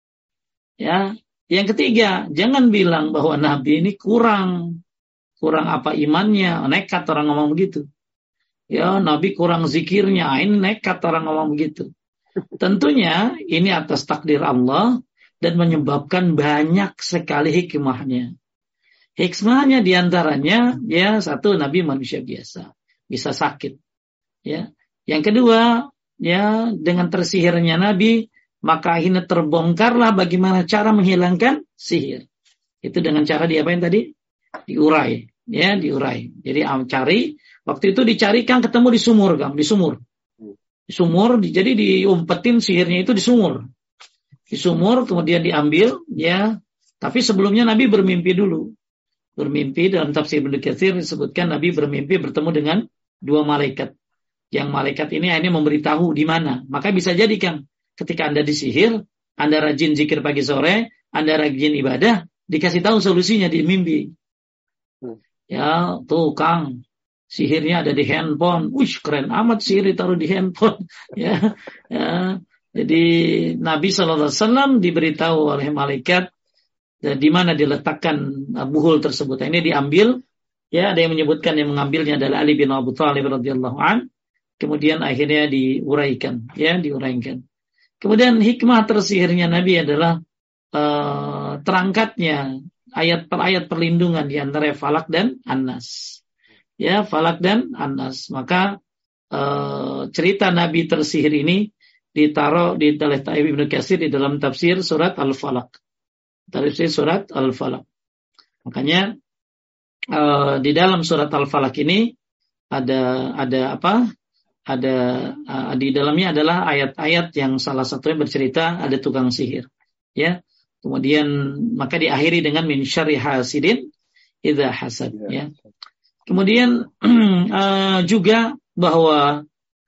Ya. Yang ketiga, jangan bilang bahwa Nabi ini kurang kurang apa imannya, nekat orang ngomong begitu. Ya, Nabi kurang zikirnya, ini nekat orang ngomong begitu. Tentunya ini atas takdir Allah dan menyebabkan banyak sekali hikmahnya. Hikmahnya diantaranya ya satu, Nabi manusia biasa, bisa sakit. Ya, yang kedua ya dengan tersihirnya Nabi maka akhirnya terbongkarlah bagaimana cara menghilangkan sihir. Itu dengan cara diapain tadi? Diurai, ya diurai. Jadi cari, waktu itu dicarikan ketemu di sumur, Kang, di sumur. Di sumur, jadi diumpetin sihirnya itu di sumur. Di sumur kemudian diambil, ya. Tapi sebelumnya Nabi bermimpi dulu. Bermimpi dalam tafsir Ibnu Katsir disebutkan Nabi bermimpi bertemu dengan dua malaikat. Yang malaikat ini akhirnya memberitahu di mana. Maka bisa jadi, Kang, ketika Anda disihir, Anda rajin zikir pagi sore, Anda rajin ibadah, dikasih tahu solusinya di mimpi. Ya, tuh Kang, sihirnya ada di handphone. Wih, keren amat sihir ditaruh di handphone. Ya, ya. Jadi Nabi shallallahu alaihi wasallam diberitahu oleh malaikat di mana diletakkan buhul tersebut. Ini diambil. Ya, ada yang menyebutkan yang mengambilnya adalah Ali bin Abi Thalib radhiyallahu an. Kemudian akhirnya diuraikan, ya, diuraikan. Kemudian hikmah tersihirnya Nabi adalah uh, terangkatnya ayat per ayat perlindungan di antara Falak dan An-Nas. Ya, Falak dan An-Nas. Maka uh, cerita Nabi tersihir ini ditaruh di oleh Ibnu Katsir di dalam tafsir surat Al-Falaq. Tafsir surat Al-Falaq. Makanya uh, di dalam surat Al-Falaq ini ada ada apa? Ada uh, di dalamnya adalah ayat-ayat yang salah satunya bercerita ada tukang sihir. Ya. Kemudian maka diakhiri dengan min syarri hasidin idza hasad, ya. Kemudian uh, juga bahwa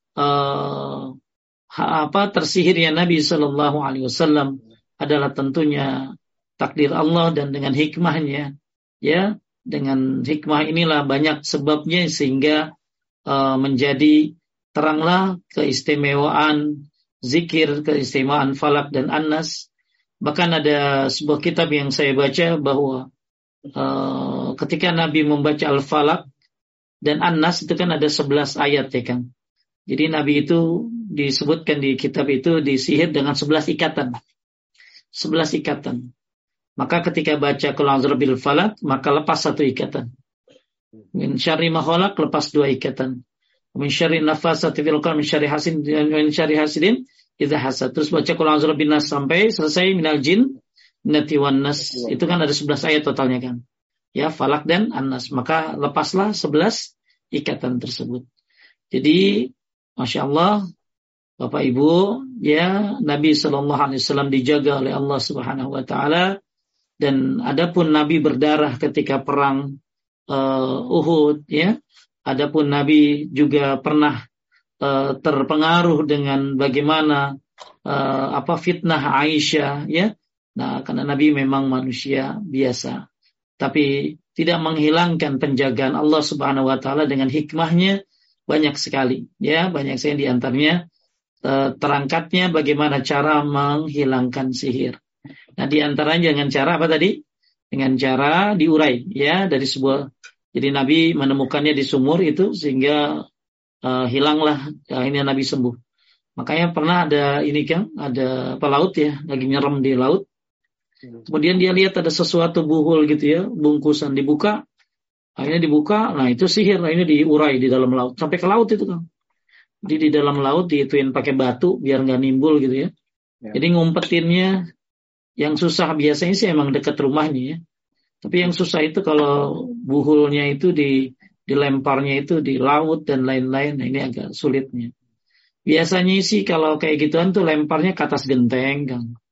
uh, apa tersihirnya Nabi sallallahu alaihi wasallam adalah tentunya takdir Allah dan dengan hikmahnya, ya. Dengan hikmah inilah banyak sebabnya sehingga uh, menjadi teranglah keistimewaan zikir, keistimewaan Falak dan An-Nas. Bahkan ada sebuah kitab yang saya baca bahwa uh, ketika Nabi membaca Al-Falaq dan An-Nas itu kan ada sebelas ayat, ya Kang. Jadi Nabi itu disebutkan di kitab itu disihir dengan sebelas ikatan. sebelas ikatan. Maka ketika baca Qul a'udzu birabbil falaq maka lepas satu ikatan. Min syarri ma khalaq lepas dua ikatan. Min syarri nafasati fil 'uqad min syarri hasidin min syarri hasidin idza hasad. Terus baca Qul a'udzu birabbin nas sampai selesai minal jin nati wan nas. Itu kan ada sebelas ayat totalnya, kan. Ya, Falak dan An-Nas. Maka lepaslah sebelas ikatan tersebut. Jadi Masya Allah, Bapak Ibu, ya, Nabi sallallahu alaihi wasallam dijaga oleh Allah Subhanahu wa taala, dan adapun Nabi berdarah ketika perang uh, Uhud, ya. Adapun Nabi juga pernah uh, terpengaruh dengan bagaimana uh, apa fitnah Aisyah, ya. Nah, karena Nabi memang manusia biasa, tapi tidak menghilangkan penjagaan Allah Subhanahu wa taala dengan hikmahnya banyak sekali, ya, banyak sekali di antaranya uh, terangkatnya bagaimana cara menghilangkan sihir. Nah, di antaranya dengan cara apa tadi? Dengan cara diurai, ya, dari sebuah. Jadi Nabi menemukannya di sumur itu sehingga uh, hilanglah, akhirnya Nabi sembuh. Makanya pernah ada ini, kan, ada pelaut, ya, lagi nyerem di laut. Kemudian dia lihat ada sesuatu buhul gitu, ya, bungkusan, dibuka. Akhirnya dibuka, nah itu sihir, akhirnya diurai di dalam laut sampai ke laut itu, kan. Jadi di dalam laut diituin pakai batu biar nggak nimbul gitu, ya. Ya. Jadi ngumpetinnya yang susah biasanya sih emang dekat rumahnya, ya. Tapi yang susah itu kalau buhulnya itu di dilemparnya itu di laut dan lain-lain. Nah, ini agak sulitnya. Biasanya sih kalau kayak gituan tuh lemparnya ke atas genteng, Kang.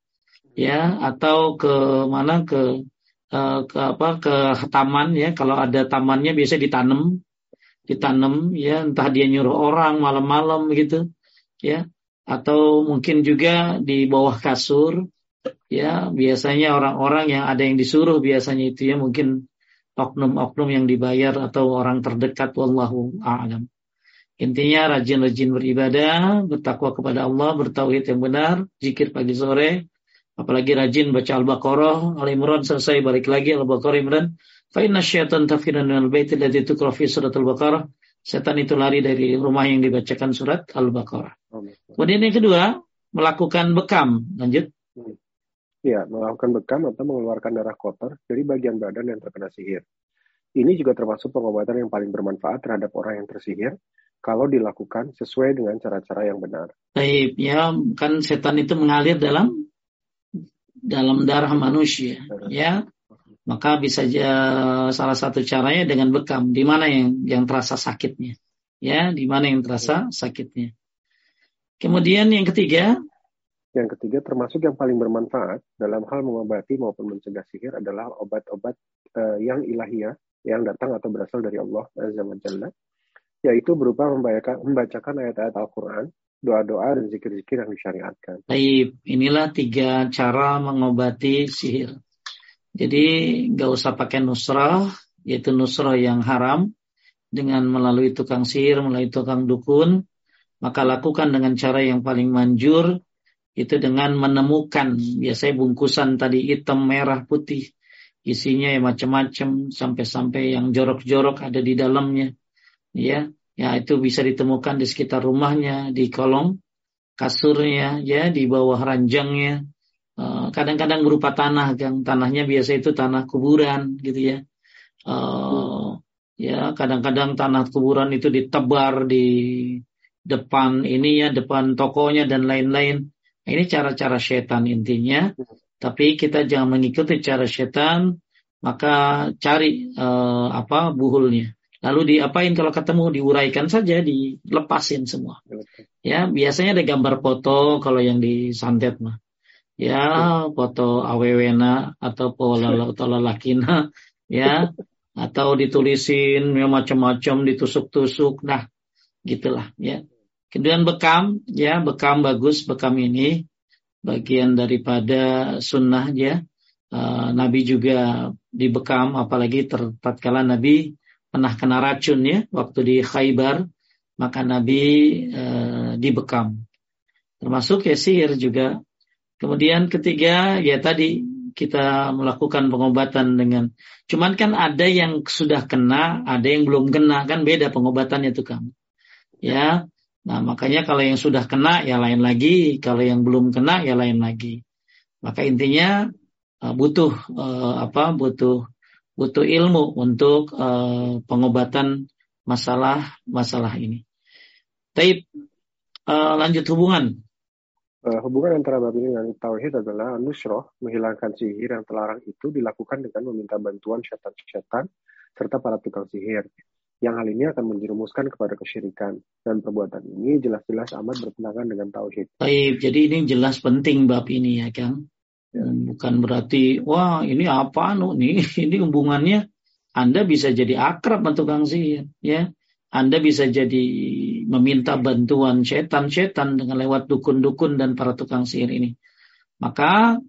ya, atau ke mana ke uh, ke apa ke taman ya. Kalau ada tamannya biasa ditanam, ditanam ya, entah dia nyuruh orang malam-malam gitu ya, atau mungkin juga di bawah kasur ya. Biasanya orang-orang yang ada yang disuruh biasanya itu ya, mungkin oknum-oknum yang dibayar atau orang terdekat, wallahu a'lam. Intinya rajin-rajin beribadah, bertakwa kepada Allah, bertauhid yang benar, zikir pagi sore, apalagi rajin baca Al-Baqarah, Al-Imran selesai balik lagi Al-Baqarah Imran. Fa inna syaitan tafirun minal baiti alladzi tuqra fi surat Al-Baqarah. Setan itu lari dari rumah yang dibacakan surat Al-Baqarah. Kemudian yang kedua, melakukan bekam. Lanjut. Ya, melakukan bekam atau mengeluarkan darah kotor dari bagian badan yang terkena sihir. Ini juga termasuk pengobatan yang paling bermanfaat terhadap orang yang tersihir kalau dilakukan sesuai dengan cara-cara yang benar. Baik, ya, kan setan itu mengalir dalam dalam darah manusia, ya. Maka bisa aja salah satu caranya dengan bekam. Di mana yang yang terasa sakitnya, ya, di mana yang terasa sakitnya. Kemudian yang ketiga, yang ketiga termasuk yang paling bermanfaat dalam hal mengobati maupun mencegah sihir adalah obat-obat uh, yang ilahiyah yang datang atau berasal dari Allah Azza wa Jalla, yaitu berupa membacakan ayat-ayat Al-Quran, doa-doa, dan zikir-zikir yang disyariatkan. Baik, inilah tiga cara mengobati sihir. Jadi gak usah pakai nusrah, yaitu nusrah yang haram, dengan melalui tukang sihir, melalui tukang dukun. Maka lakukan dengan cara yang paling manjur, itu dengan menemukan, biasanya bungkusan tadi hitam, merah, putih, isinya ya macam-macam, sampai-sampai yang jorok-jorok ada di dalamnya. Ya, ya itu bisa ditemukan di sekitar rumahnya, di kolong kasurnya, ya, di bawah ranjangnya. Uh, kadang-kadang berupa tanah, yang tanahnya biasa itu tanah kuburan, gitu ya. Uh, ya, kadang-kadang tanah kuburan itu ditebar di depan ini ya, depan tokonya dan lain-lain. Ini cara-cara setan intinya. Tapi kita jangan mengikuti cara setan, maka cari uh, apa buhulnya. Lalu diapain kalau ketemu? Diuraikan saja, dilepasin semua. Ya, biasanya ada gambar foto kalau yang disantet mah. Ya, foto awewena atau pola lalakina, ya, atau ditulisin ya macam-macam, ditusuk-tusuk. Nah, gitulah ya. Kemudian bekam, ya, bekam bagus, bekam ini bagian daripada sunnah ya. Uh, Nabi juga dibekam, apalagi tatkala Nabi pernah kena racun ya, waktu di Khaybar, maka Nabi e, dibekam. Termasuk ya sihir juga. Kemudian ketiga ya tadi kita melakukan pengobatan dengan, cuman kan ada yang sudah kena, ada yang belum kena, kan beda pengobatannya tuh Kang. Ya, nah makanya kalau yang sudah kena ya lain lagi, kalau yang belum kena ya lain lagi. Maka intinya e, butuh e, apa? Butuh butuh ilmu untuk uh, pengobatan masalah-masalah ini. Taib, uh, lanjut hubungan. Uh, hubungan antara bab ini dengan tauhid adalah nusroh, menghilangkan sihir yang terlarang itu dilakukan dengan meminta bantuan syaitan-syaitan serta para tukang sihir. Yang hal ini akan menjerumuskan kepada kesyirikan, dan perbuatan ini jelas-jelas amat bertentangan dengan tauhid. Taib, jadi ini jelas penting bab ini ya Kang. Dan bukan berarti wah ini apa nu nih ini hubungannya. Anda bisa jadi akrab sama tukang sihir ya. Anda bisa jadi meminta bantuan setan-setan dengan lewat dukun-dukun dan para tukang sihir ini. Maka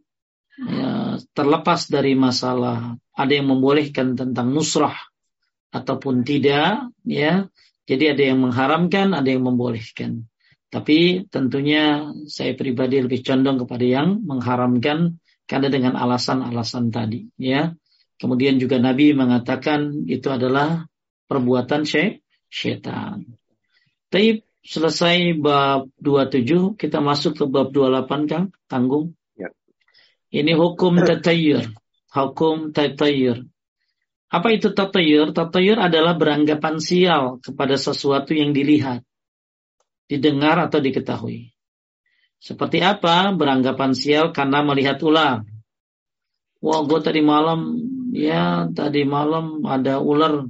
ya, terlepas dari masalah ada yang membolehkan tentang nusrah ataupun tidak ya. Jadi ada yang mengharamkan, ada yang membolehkan. Tapi tentunya saya pribadi lebih condong kepada yang mengharamkan karena dengan alasan-alasan tadi, ya. Kemudian juga Nabi mengatakan itu adalah perbuatan syaitan. Tapi selesai bab dua puluh tujuh, kita masuk ke bab dua puluh delapan, Kang, tanggung. Ya. Ini hukum tatayyur, hukum tatayyur. Apa itu tatayyur? Tatayyur adalah beranggapan sial kepada sesuatu yang dilihat, didengar atau diketahui. Seperti apa? Beranggapan sial karena melihat ular. Wah, gue tadi malam, ya tadi malam ada ular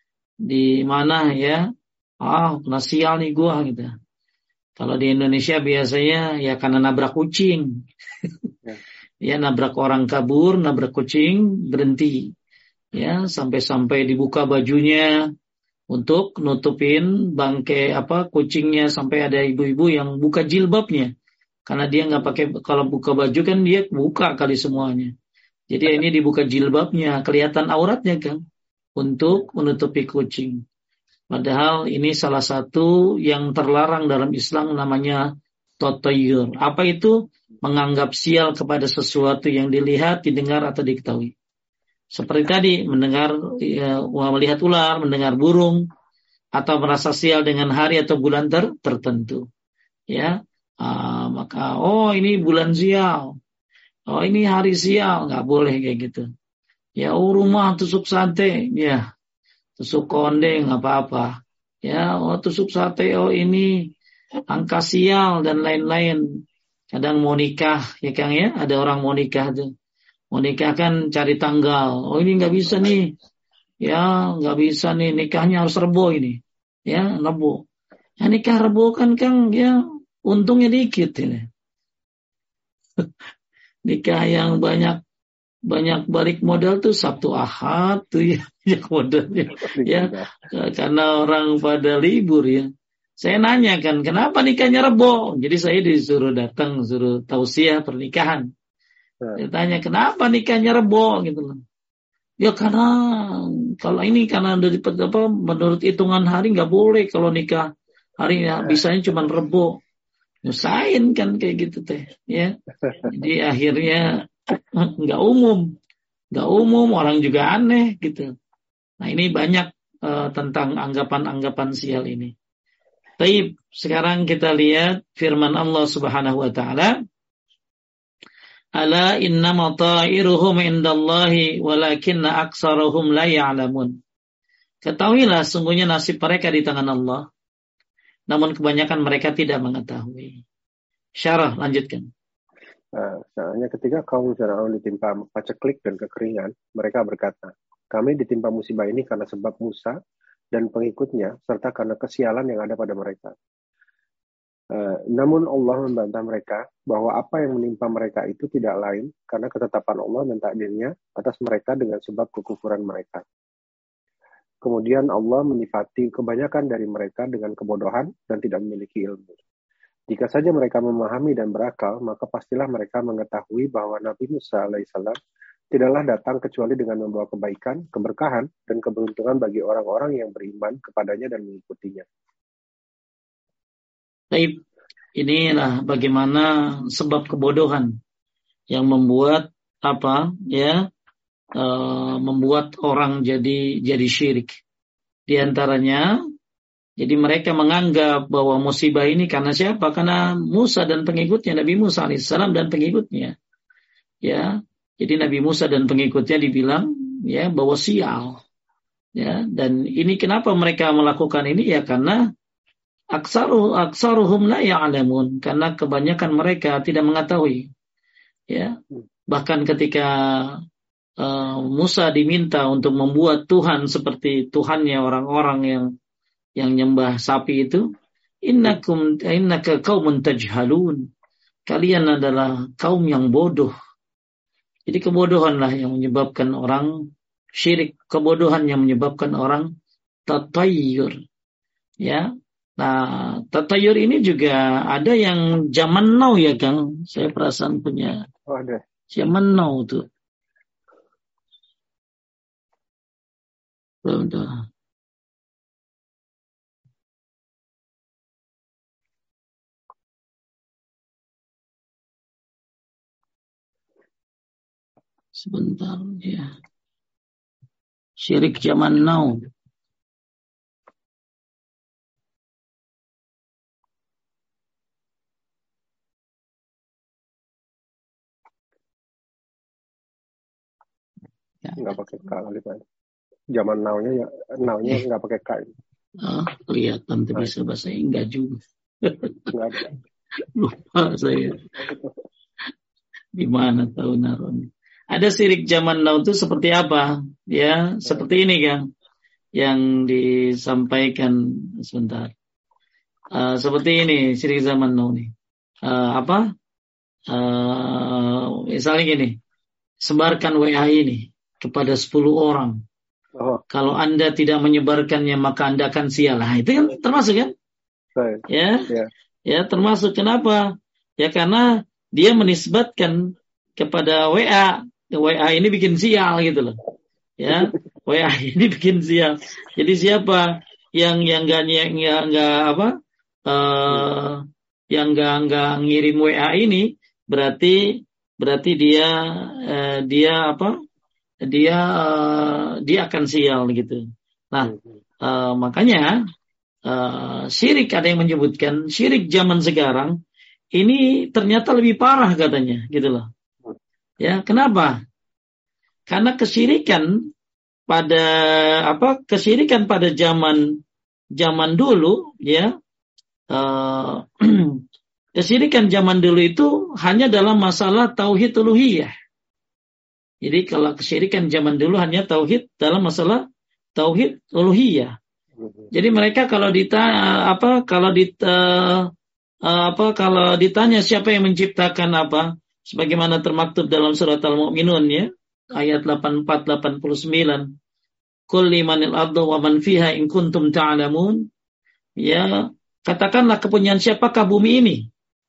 di mana ya? Ah, kena sial nih gue gitu. Kalau di Indonesia biasanya ya karena nabrak kucing. Ya, ya nabrak orang kabur, nabrak kucing, berhenti. Ya, sampai-sampai dibuka bajunya untuk nutupin bangkai apa kucingnya, sampai ada ibu-ibu yang buka jilbabnya. Karena dia nggak pakai, kalau buka baju kan dia buka kali semuanya. Jadi ini dibuka jilbabnya, kelihatan auratnya kan, untuk menutupi kucing. Padahal ini salah satu yang terlarang dalam Islam, namanya tatayur. Apa itu? Menganggap sial kepada sesuatu yang dilihat, didengar atau diketahui. Seperti tadi, mendengar, ya, melihat ular, mendengar burung, atau merasa sial dengan hari atau bulan ter- tertentu. Ya, ah, maka oh ini bulan sial, oh ini hari sial, nggak boleh kayak gitu. Ya, oh rumah tusuk sate, ya tusuk konde nggak apa-apa. Ya, oh tusuk sate, oh ini angka sial dan lain-lain. Kadang mau nikah, ya Kang ya, ada orang mau nikah tuh, mau nikah kan cari tanggal. Oh ini nggak bisa nih, ya nggak bisa nih, nikahnya harus Rebo ini, ya Rebo. Ya nikah Rebo kan Kang, ya untungnya dikit ini. Nikah yang banyak banyak balik modal tuh Sabtu Ahad tuh ya, banyak modalnya ya, karena orang pada libur ya. Saya nanya kan, kenapa nikahnya Rebo? Jadi saya disuruh datang, suruh tausiah pernikahan. Saya tanya, kenapa nikahnya Rebo gitu loh. Ya karena kalau ini karena dari apa, menurut hitungan hari nggak boleh kalau nikah hari ya, bisanya cuma Rebo. Nyusahin kan kayak gitu teh ya. Jadi akhirnya nggak umum, nggak umum, orang juga aneh gitu. Nah ini banyak uh, tentang anggapan-anggapan sial ini. Baik, sekarang kita lihat firman Allah Subhanahu wa taala, ala innama ta'iruhum indallahi walakinna aktsarahum la ya'lamun. Ketahuilah sungguhnya nasib mereka di tangan Allah, namun kebanyakan mereka tidak mengetahui. Syarah, lanjutkan. Nah, soalnya ketika kaum Fir'aun ditimpa paceklik dan kekeringan, mereka berkata, kami ditimpa musibah ini karena sebab Musa dan pengikutnya, serta karena kesialan yang ada pada mereka. Uh, namun Allah membantah mereka bahwa apa yang menimpa mereka itu tidak lain karena ketetapan Allah dan takdirnya atas mereka dengan sebab kekufuran mereka. Kemudian Allah menyifati kebanyakan dari mereka dengan kebodohan dan tidak memiliki ilmu. Jika saja mereka memahami dan berakal, maka pastilah mereka mengetahui bahwa Nabi Musa alaihissalam tidaklah datang kecuali dengan membawa kebaikan, keberkahan, dan keberuntungan bagi orang-orang yang beriman kepadanya dan mengikutinya. Baik, inilah bagaimana sebab kebodohan yang membuat apa ya, e, membuat orang jadi jadi syirik. Di antaranya, jadi mereka menganggap bahwa musibah ini karena siapa? Karena Musa dan pengikutnya, Nabi Musa alaihissalam dan pengikutnya. Ya, jadi Nabi Musa dan pengikutnya dibilang ya bahwa sial. Ya, dan ini kenapa mereka melakukan ini ya karena aksaru aksaruhum la ya'lamun, karena kebanyakan mereka tidak mengetahui. Ya, bahkan ketika uh, Musa diminta untuk membuat Tuhan seperti Tuhannya orang-orang yang yang nyembah sapi itu, innakum innaka qaumun tajhalun, kalian adalah kaum yang bodoh. Jadi kebodohanlah yang menyebabkan orang syirik, kebodohan yang menyebabkan orang tatayur. Ya. Nah, tatayur ini juga ada yang zaman now ya Kang. Saya perasaan punya. Oh, ada. Zaman now tuh. Bentar. Sebentar ya. Syirik zaman now. Ya. Nggak pakai K kali Pak. Zaman now-nya ya, now-nya nggak pakai K. Oh, kelihatan tuh bisa bahasa Inggris juga. Nggak ada. Lupa saya. Di mana tahu naruhnya. Ada syirik zaman now itu seperti apa? Ya, seperti ini Kang. Yang disampaikan sebentar. Uh, seperti ini syirik zaman now nih. Uh, apa? uh, misalnya gini, sebarkan W A ini kepada sepuluh orang. Oh. Kalau Anda tidak menyebarkannya maka Anda akan sial. Nah, itu kan termasuk kan? Right. Ya, yeah. ya termasuk. Kenapa? Ya karena dia menisbatkan kepada W A. W A ini bikin sial gitu loh. Ya, W A ini bikin sial. Jadi siapa yang yang nggak nggak nggak apa? Uh, yang nggak nggak ngirim W A ini berarti berarti dia uh, dia apa? Dia uh, dia akan sial gitu. Nah, uh, makanya uh, syirik ada yang menyebutkan syirik zaman sekarang ini ternyata lebih parah katanya, gitu loh. Ya, kenapa? Karena kesyirikan pada apa? Kesyirikan pada zaman zaman dulu, ya. Uh, kesyirikan zaman dulu itu hanya dalam masalah tauhid uluhiyah. Jadi kalau kesyirikan zaman dulu hanya tauhid dalam masalah tauhid uluhiyah. Jadi mereka kalau ditanya apa kalau dit uh, apa kalau ditanya siapa yang menciptakan apa, sebagaimana termaktub dalam surat Al-Mu'minun ya, ayat delapan puluh empat delapan puluh sembilan. Qul limanil ardu wa man fiha in kuntum ta'lamun. Ya, katakanlah kepunyaan siapakah bumi ini?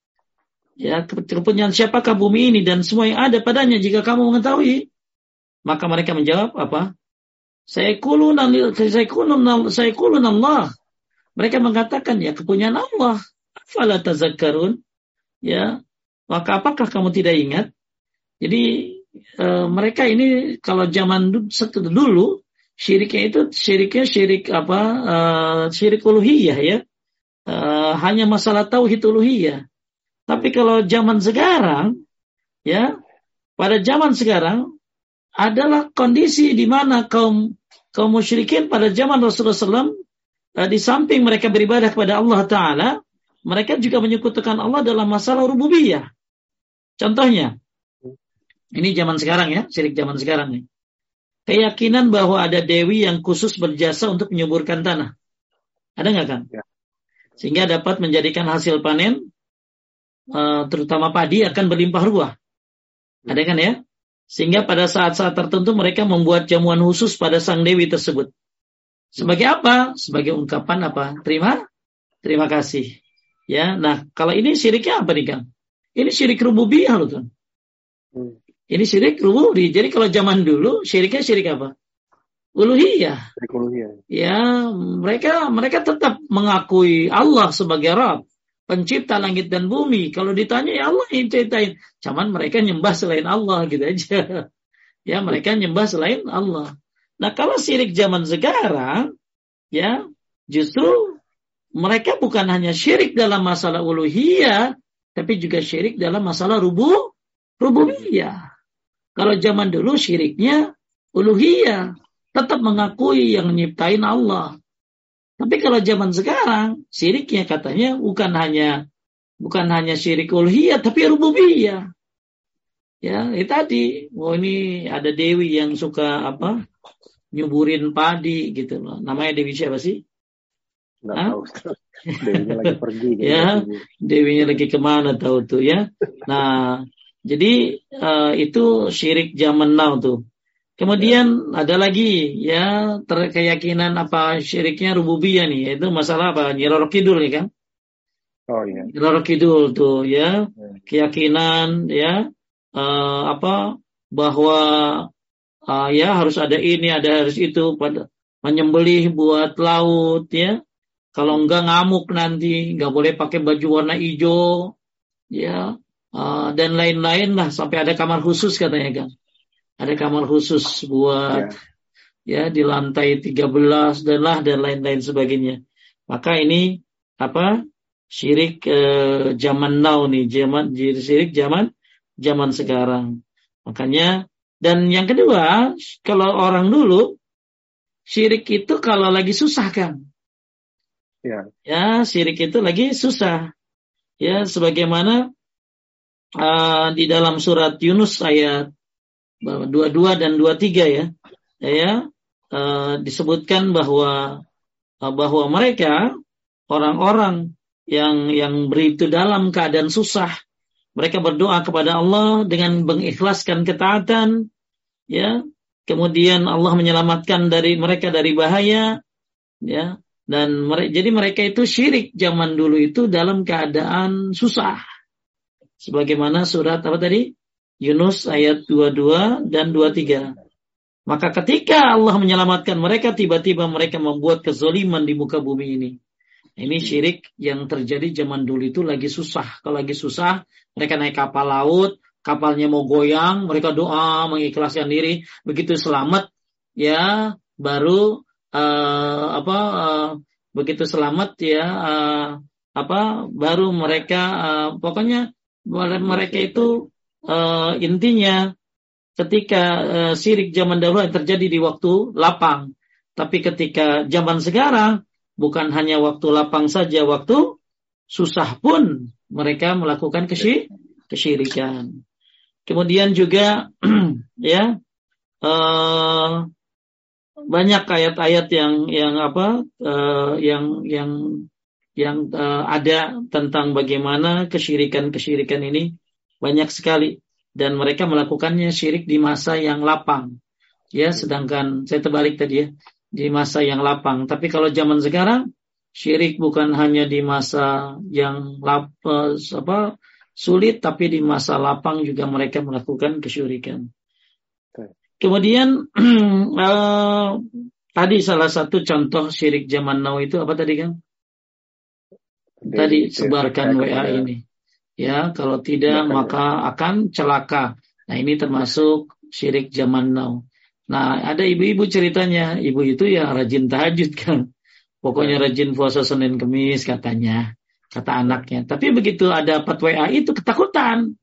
Ya, kepunyaan siapakah bumi ini dan semua yang ada padanya jika kamu mengetahui? Maka mereka menjawab apa? Sayaqulun sayaqulun sayaqulun Allah. Mereka mengatakan ya kepunyaan Allah. Fala tazakkarun. Ya, maka apakah kamu tidak ingat? Jadi e, mereka ini kalau zaman dulu syiriknya itu syiriknya syirik apa? E, syirik uluhiyah ya. E, hanya masalah tauhid uluhiyah. Tapi kalau zaman sekarang, ya, pada zaman sekarang adalah kondisi di mana kaum kaum musyrikin pada zaman Rasulullah shallallahu alaihi wasallam, di samping mereka beribadah kepada Allah Taala, mereka juga menyekutukan Allah dalam masalah rububiyah. Contohnya, ini zaman sekarang ya, syirik zaman sekarang nih. Keyakinan bahwa ada dewi yang khusus berjasa untuk menyuburkan tanah. Ada nggak kan? Sehingga dapat menjadikan hasil panen, Uh, terutama padi akan berlimpah ruah. Ada kan ya? Sehingga pada saat-saat tertentu mereka membuat jamuan khusus pada sang dewi tersebut. Sebagai apa? Sebagai ungkapan apa? Terima, terima kasih. Ya, nah kalau ini syiriknya apa nih Kang? Ini syirik rububiyah loh kan? Hmm. Ini syirik rububiyah. Jadi kalau zaman dulu syiriknya syirik apa? Uluhiyah. Uluhiyah. Ya, mereka mereka tetap mengakui Allah sebagai Rabb, pencipta langit dan bumi. Kalau ditanya ya Allah yang ciptain. Cuman mereka nyembah selain Allah gitu aja. Ya mereka nyembah selain Allah. Nah kalau syirik zaman sekarang, ya justru mereka bukan hanya syirik dalam masalah uluhiyah, tapi juga syirik dalam masalah rubu, rububiyah. Kalau zaman dulu syiriknya uluhiyah, tetap mengakui yang nyiptain Allah. Tapi kalau zaman sekarang, syiriknya katanya bukan hanya bukan hanya syirik uluhiyah, tapi rububiyah. Ya, itu tadi. Oh ini ada dewi yang suka apa? Nyuburin padi gitu loh. Namanya dewi siapa sih? Nggak tahu. Dewinya lagi pergi. Gitu ya, dewinya lagi kemana tahu tuh ya. Nah, jadi uh, itu syirik zaman now tuh. Kemudian ada lagi ya terkeyakinan apa syiriknya rububiyah nih, yaitu masalah apa Nyi Roro Kidul ya kan? Oh iya. Nyi Roro Kidul tuh ya, keyakinan ya uh, apa bahwa uh, ya harus ada ini ada harus itu pada menyembelih buat laut ya. Kalau enggak ngamuk nanti, enggak boleh pakai baju warna hijau ya uh, dan lain-lain lah sampai ada kamar khusus katanya kan. Ada kamar khusus buat ya, ya di lantai tiga belas dan lah dan lain-lain sebagainya. Maka ini apa? Syirik eh, zaman now nih, zaman syirik zaman zaman sekarang. Makanya dan yang kedua, kalau orang dulu syirik itu kalau lagi susah kan. Ya. Ya, syirik itu lagi susah. Ya, sebagaimana uh, di dalam surat Yunus ayat dua puluh dua dan dua puluh tiga ya, ya uh, disebutkan bahwa uh, bahwa mereka orang-orang yang yang beritu dalam keadaan susah, mereka berdoa kepada Allah dengan mengikhlaskan ketaatan, ya. Kemudian Allah menyelamatkan dari mereka dari bahaya, ya. Dan mereka, jadi mereka itu syirik zaman dulu itu dalam keadaan susah. Sebagaimana surat apa tadi? Yunus ayat dua puluh dua dan dua puluh tiga. Maka ketika Allah menyelamatkan mereka, tiba-tiba mereka membuat kezaliman di muka bumi ini. Ini syirik yang terjadi zaman dulu itu lagi susah. Kalau lagi susah, mereka naik kapal laut, kapalnya mau goyang, mereka doa, mengikhlaskan diri. Begitu selamat, ya baru uh, apa uh, begitu selamat ya uh, apa baru mereka uh, pokoknya mereka itu uh, intinya ketika uh, syirik zaman dahulu yang terjadi di waktu lapang. Tapi ketika zaman sekarang bukan hanya waktu lapang saja, waktu susah pun mereka melakukan kesy- kesyirikan. Kemudian juga ya uh, banyak ayat-ayat yang yang apa uh, yang yang yang uh, ada tentang bagaimana kesyirikan-kesyirikan ini banyak sekali dan mereka melakukannya syirik di masa yang lapang. Ya, sedangkan saya terbalik tadi ya, di masa yang lapang. Tapi kalau zaman sekarang syirik bukan hanya di masa yang lap, uh, apa sulit, tapi di masa lapang juga mereka melakukan kesyirikan. Kemudian uh, tadi salah satu contoh syirik zaman now itu apa tadi kan? Tadi sebarkan W A ini. Ya, kalau tidak maka akan celaka. Nah, ini termasuk syirik zaman now. Nah, ada ibu-ibu ceritanya, ibu itu ya rajin tahajud kan. Pokoknya rajin puasa Senin Kemis katanya, kata anaknya. Tapi begitu ada dapat W A itu ketakutan.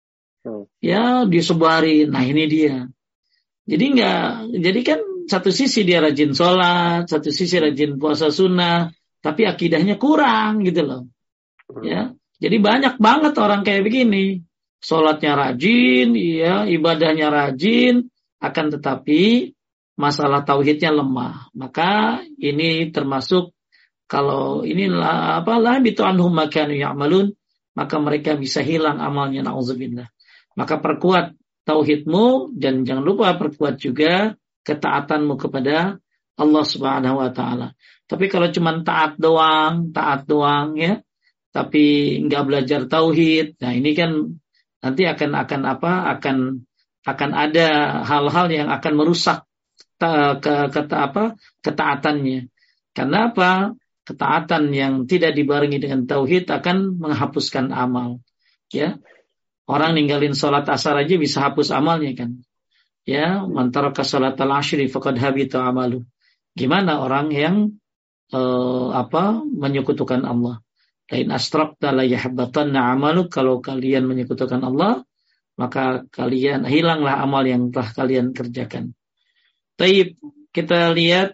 Ya, disebarin. Nah, ini dia. Jadi enggak, jadi kan satu sisi dia rajin sholat, satu sisi rajin puasa sunnah, tapi akidahnya kurang gitu loh. Ya, jadi banyak banget orang kayak begini, sholatnya rajin, ya, ibadahnya rajin, akan tetapi masalah tauhidnya lemah. Maka ini termasuk kalau inilah apalah bitu anhum makanu ya'malun, maka mereka bisa hilang amalnya, na'udzubillah. Maka perkuat tauhidmu dan jangan lupa perkuat juga ketaatanmu kepada Allah Subhanahu wa taala. Tapi kalau cuma taat doang, taat doang ya, tapi enggak belajar tauhid, nah ini kan nanti akan akan apa? akan akan ada hal-hal yang akan merusak ta, ke, ke apa? ketaatannya. Karena apa? Ketaatan yang tidak dibarengi dengan tauhid akan menghapuskan amal. Ya. Orang ninggalin sholat asar aja bisa hapus amalnya kan. Ya, man taraka sholatal ashri faqad habita amalu. Gimana orang yang eh, apa menyekutukan Allah? Lain astrakta la yahbatanna amaluk, kalau kalian menyekutukan Allah, maka kalian hilanglah amal yang telah kalian kerjakan. Taib, kita lihat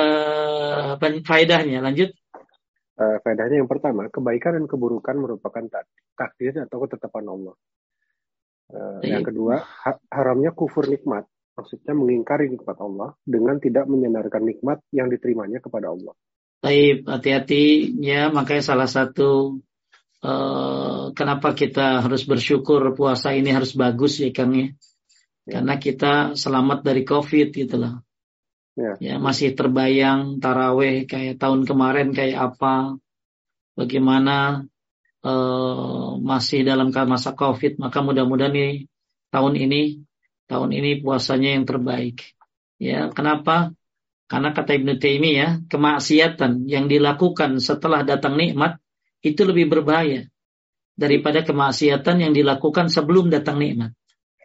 eh, faedahnya, lanjut. Uh, faedahnya yang pertama, kebaikan dan keburukan merupakan takdir atau ketetapan Allah. Uh, yang kedua, ha- haramnya kufur nikmat, maksudnya mengingkari nikmat Allah dengan tidak menyandarkan nikmat yang diterimanya kepada Allah. Baik, hati-hati ya, makanya salah satu uh, kenapa kita harus bersyukur puasa ini harus bagus ya Kang ya. Ya. Karena kita selamat dari Covid gitu loh. Ya. Ya, masih terbayang taraweh kayak tahun kemarin kayak apa, bagaimana uh, masih dalam masa Covid, maka mudah-mudahan nih tahun ini tahun ini puasanya yang terbaik. Ya, kenapa? Karena kata Ibnu Taimiyah, kemaksiatan yang dilakukan setelah datang nikmat itu lebih berbahaya daripada kemaksiatan yang dilakukan sebelum datang nikmat.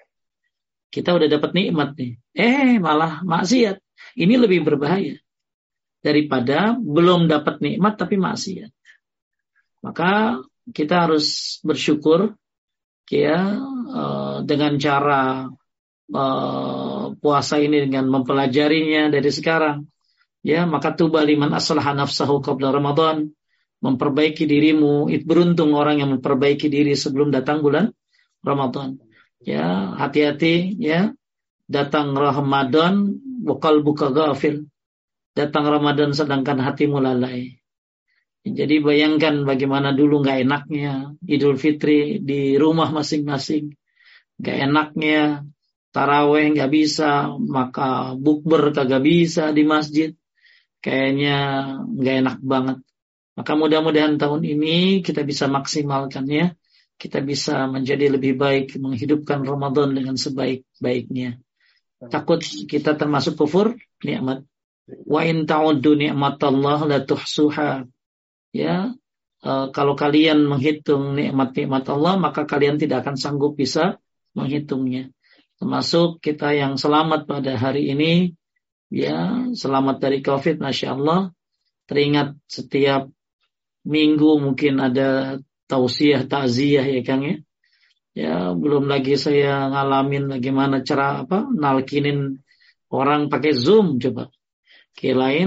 Kita udah dapat nikmat nih, eh malah maksiat. Ini lebih berbahaya daripada belum dapat nikmat tapi maksiat. Maka kita harus bersyukur ya dengan cara Uh, puasa ini dengan mempelajarinya dari sekarang ya, maka tuba liman aslaha nafsahu qabla Ramadan, memperbaiki dirimu, itu beruntung orang yang memperbaiki diri sebelum datang bulan Ramadan ya. Hati-hati ya, datang Ramadan wa qalbuka ghafil, datang Ramadan sedangkan hatimu lalai Jadi bayangkan bagaimana dulu nggak enaknya Idul Fitri di rumah masing-masing, nggak enaknya taraweh nggak bisa, maka bukber kagak bisa di masjid, kayaknya nggak enak banget. Maka mudah-mudahan tahun ini kita bisa maksimalkannya, kita bisa menjadi lebih baik, menghidupkan Ramadan dengan sebaik-baiknya. Takut kita termasuk kufur nikmat. Wa in ta'uddu ni'matallah la tuhsuha. Ya, uh, kalau kalian menghitung nikmat-nikmat Allah, maka kalian tidak akan sanggup bisa menghitungnya. Termasuk kita yang selamat pada hari ini, ya, selamat dari COVID, Masya Allah. Teringat setiap minggu mungkin ada tausiah, takziah, ya Kang ya. Ya, belum lagi saya ngalamin bagaimana cara apa nalkinin orang pakai Zoom, coba. Kirain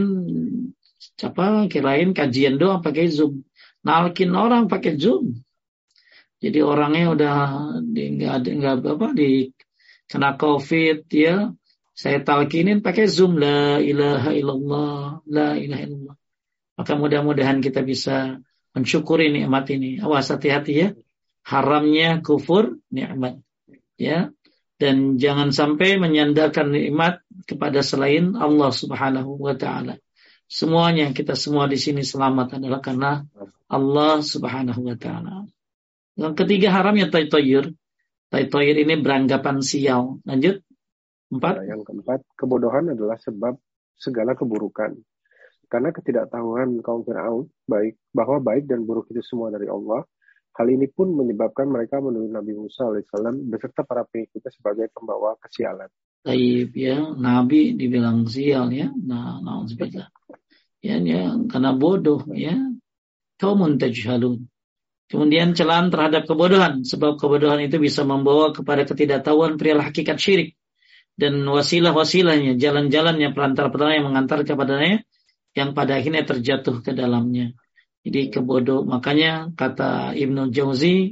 apa kirain kajian doa pakai Zoom, nalkin orang pakai Zoom. Jadi orangnya udah nggak ada nggak apa di kena COVID ya, saya talkinin pakai Zoom, la ilaha illallah, la ilaha illallah. Maka mudah-mudahan kita bisa mensyukuri nikmat ini. Awas, hati-hati ya, haramnya kufur nikmat ya, dan jangan sampai menyandarkan nikmat kepada selain Allah Subhanahu wa taala. Semuanya, kita semua di sini selamat adalah karena Allah Subhanahu wa taala. Yang ketiga haramnya taytoyir. Taytoyir ini beranggapan sial. Lanjut. Empat. Nah, yang keempat, kebodohan adalah sebab segala keburukan. Karena ketidaktahuan kaum Fir'aun baik bahwa baik dan buruk itu semua dari Allah. Hal ini pun menyebabkan mereka menuduh Nabi Musa alaihissalam beserta para pengikutnya sebagai pembawa kesialan. Taib ya, Nabi dibilang sial ya. Nah, na'udzubillah. Ya, ya, karena bodoh ya. Qaumun tajhalun. Kemudian celaan terhadap kebodohan, sebab kebodohan itu bisa membawa kepada ketidaktahuan perihal hakikat syirik dan wasilah-wasilahnya, jalan-jalannya, perantara-perantara yang mengantar kepadanya, yang pada akhirnya terjatuh ke dalamnya. Jadi kebodoh. Makanya kata Ibnu Jauzi,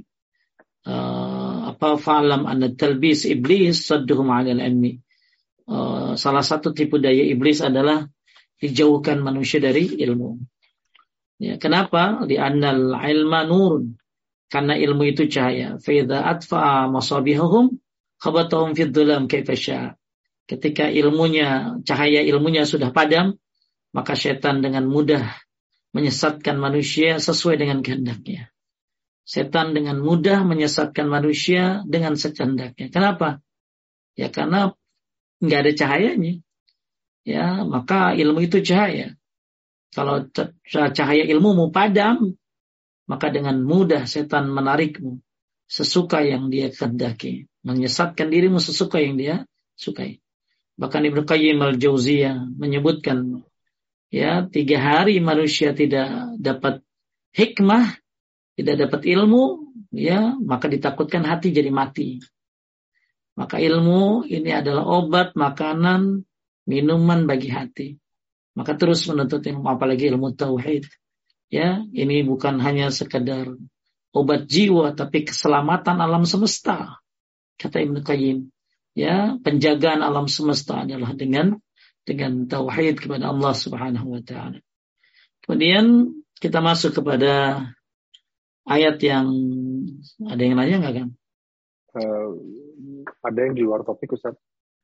uh, apa fa'lam anna talbis iblis sadduhum 'anil ilmi. Uh, salah satu tipu daya iblis adalah dijauhkan manusia dari ilmu. Ya, kenapa? Li'annal ilma nurun. Karena ilmu itu cahaya. Fa idza atfa'a masabihahum khabatahum fid dhulam kaifa syaa. Ketika ilmunya, cahaya ilmunya sudah padam, maka setan dengan mudah menyesatkan manusia sesuai dengan kehendaknya. Setan dengan mudah menyesatkan manusia dengan sekehendaknya. Kenapa? Ya karena nggak ada cahayanya. Ya, maka ilmu itu cahaya. Kalau cahaya ilmumu padam, maka dengan mudah setan menarikmu sesuka yang dia kehendaki, menyesatkan dirimu sesuka yang dia sukai. Bahkan Ibnu Qayyim al-Jauziyah menyebutkan, ya, tiga hari manusia tidak dapat hikmah, tidak dapat ilmu, ya, maka ditakutkan hati jadi mati. Maka ilmu ini adalah obat, makanan, minuman bagi hati. Maka terus menuntut ilmu, apalagi ilmu tauhid. Ya, ini bukan hanya sekedar obat jiwa, tapi keselamatan alam semesta. Kata Ibnu Qayyim, ya, penjagaan alam semesta adalah dengan dengan tauhid kepada Allah Subhanahu wa taala. Kemudian kita masuk kepada ayat yang ada yang nanya nggak kan? Uh, ada yang di luar topik, Ustaz?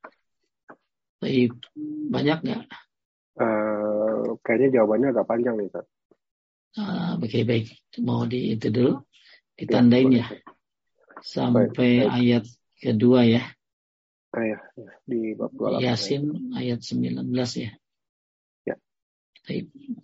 Baik, banyak nggak? Uh, kayaknya jawabannya agak panjang nih, Ustaz. Uh, Oke, baik. Mau di itu dulu, ditandain ya, ya. Sampai baik, baik. Ayat kedua ya. Ah, ya, ya. Di bab dua puluh delapan. Yasin ya. Ayat sembilan belas ya. Ya. Baik.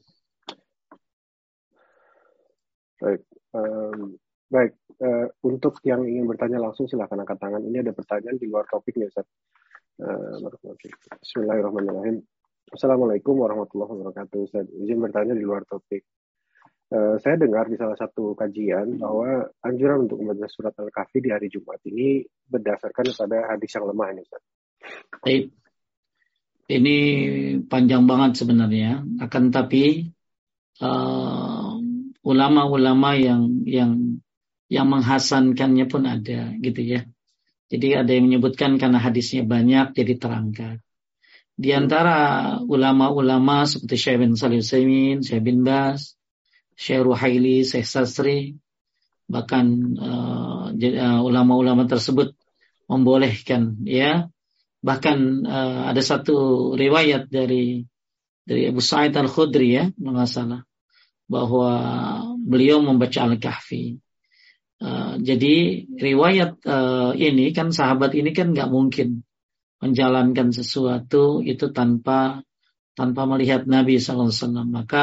Baik. Um, baik. Uh, untuk yang ingin bertanya langsung silakan angkat tangan. Ini ada pertanyaan di luar topik nih, Ustaz. Uh, Bismillahirrahmanirrahim. Assalamualaikum warahmatullahi wabarakatuh. Ustaz, izin bertanya di luar topik. Uh, saya dengar di salah satu kajian bahwa anjuran untuk membaca surat Al-Kahfi di hari Jumat ini berdasarkan pada hadis yang lemah ini, Ustaz. Baik. Ini panjang banget sebenarnya. Akan tapi uh, ulama-ulama yang yang yang menghasankannya pun ada, gitu ya. Jadi ada yang menyebutkan karena hadisnya banyak jadi terangkat. Di antara ulama-ulama seperti Syekh bin Shalih Al-Utsaimin, Syekh bin Baz, Syekh Ruhaili, Syekh Sasri, bahkan uh, uh, ulama-ulama tersebut membolehkan, ya. Bahkan uh, ada satu riwayat dari dari Abu Sa'id Al-Khudri, ya, nggak salah, bahwa beliau membaca Al-Kahfi. Uh, jadi riwayat uh, ini kan, sahabat ini kan nggak mungkin menjalankan sesuatu itu tanpa tanpa melihat Nabi shallallahu alaihi wasallam. Maka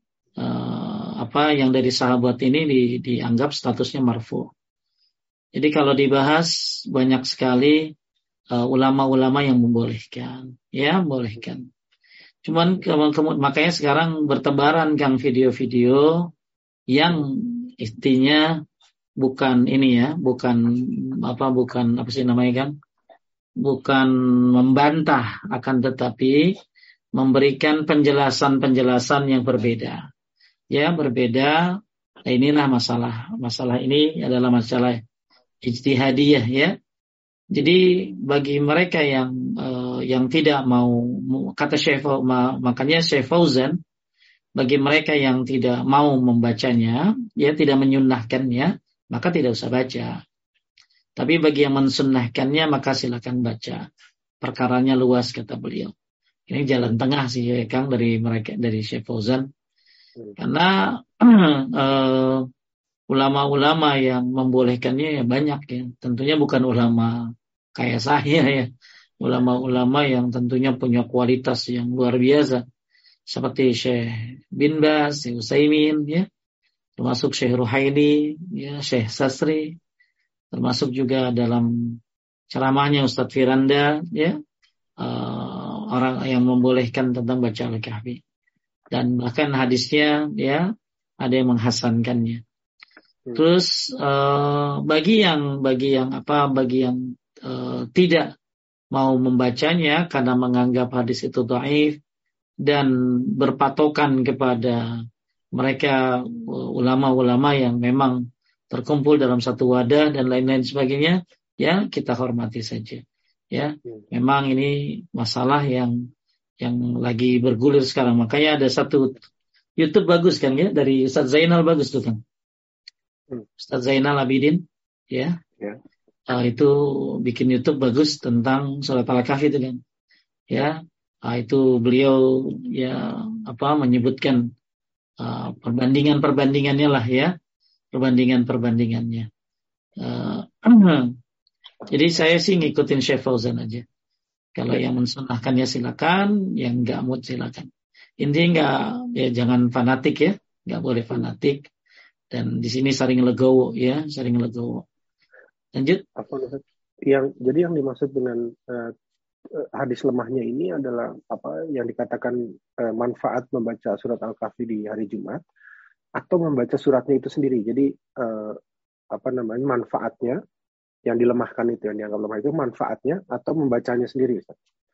uh, apa yang dari sahabat ini di, dianggap statusnya marfu. Jadi kalau dibahas banyak sekali uh, ulama-ulama yang membolehkan, ya, membolehkan. Cuman kemudian makanya sekarang bertebaran Kang video-video yang intinya bukan ini, ya, bukan apa bukan apa sih namanya kan? Bukan membantah, akan tetapi memberikan penjelasan-penjelasan yang berbeda. Ya, berbeda. Nah, inilah masalah. Masalah ini adalah masalah ijtihadiyah, ya. Jadi bagi mereka yang uh, yang tidak mau, kata Syekh, makanya Syekh Fauzan, bagi mereka yang tidak mau membacanya, ya, tidak menyunnahkannya, maka tidak usah baca. Tapi bagi yang mensunnahkannya, maka silakan baca. Perkaranya luas, kata beliau. Ini jalan tengah sih, ya, Kang, dari mereka, dari Syekh Fauzan. Karena uh, ulama-ulama yang membolehkannya ya banyak, ya. Tentunya bukan ulama kayak saya, ya. Ulama-ulama yang tentunya punya kualitas yang luar biasa. Seperti Syekh bin Baz, Syekh Utsaimin, ya. Termasuk Syekh Ruhaili, ya, Syekh Sasri. Termasuk juga dalam ceramahnya Ustadz Firanda, ya. Uh, orang yang membolehkan tentang baca Al-Kahfi. Dan bahkan hadisnya, ya, ada yang menghasankannya. Terus uh, bagi yang bagi yang apa bagi yang uh, tidak mau membacanya karena menganggap hadis itu dhaif dan berpatokan kepada mereka uh, ulama-ulama yang memang terkumpul dalam satu wadah dan lain-lain sebagainya, ya, kita hormati saja, ya. Memang ini masalah yang yang lagi bergulir sekarang. Makanya ada satu YouTube bagus kan, ya, dari Ustaz Zainal, bagus tuh kan. Ustaz Zainal Abidin, ya, ya. Uh, itu bikin YouTube bagus tentang surat Al-Kahfi itu kan, ya. Uh, itu beliau, ya, apa menyebutkan uh, perbandingan-perbandingannya lah, ya, perbandingan-perbandingannya. Uh, jadi saya sih ngikutin Syekh Fauzan aja. Kalau yang mensunahkannya silakan, yang nggak mood silakan. Intinya nggak, ya, jangan fanatik, ya, nggak boleh fanatik. Dan di sini saling legowo, ya, saling legowo. Lanjut. Apa yang jadi yang dimaksud dengan uh, hadis lemahnya ini adalah apa yang dikatakan uh, manfaat membaca surat Al-Kahfi di hari Jumat atau membaca suratnya itu sendiri. Jadi uh, apa namanya manfaatnya yang dilemahkan itu, yang dianggap lemah itu manfaatnya atau membacanya sendiri, Ustaz?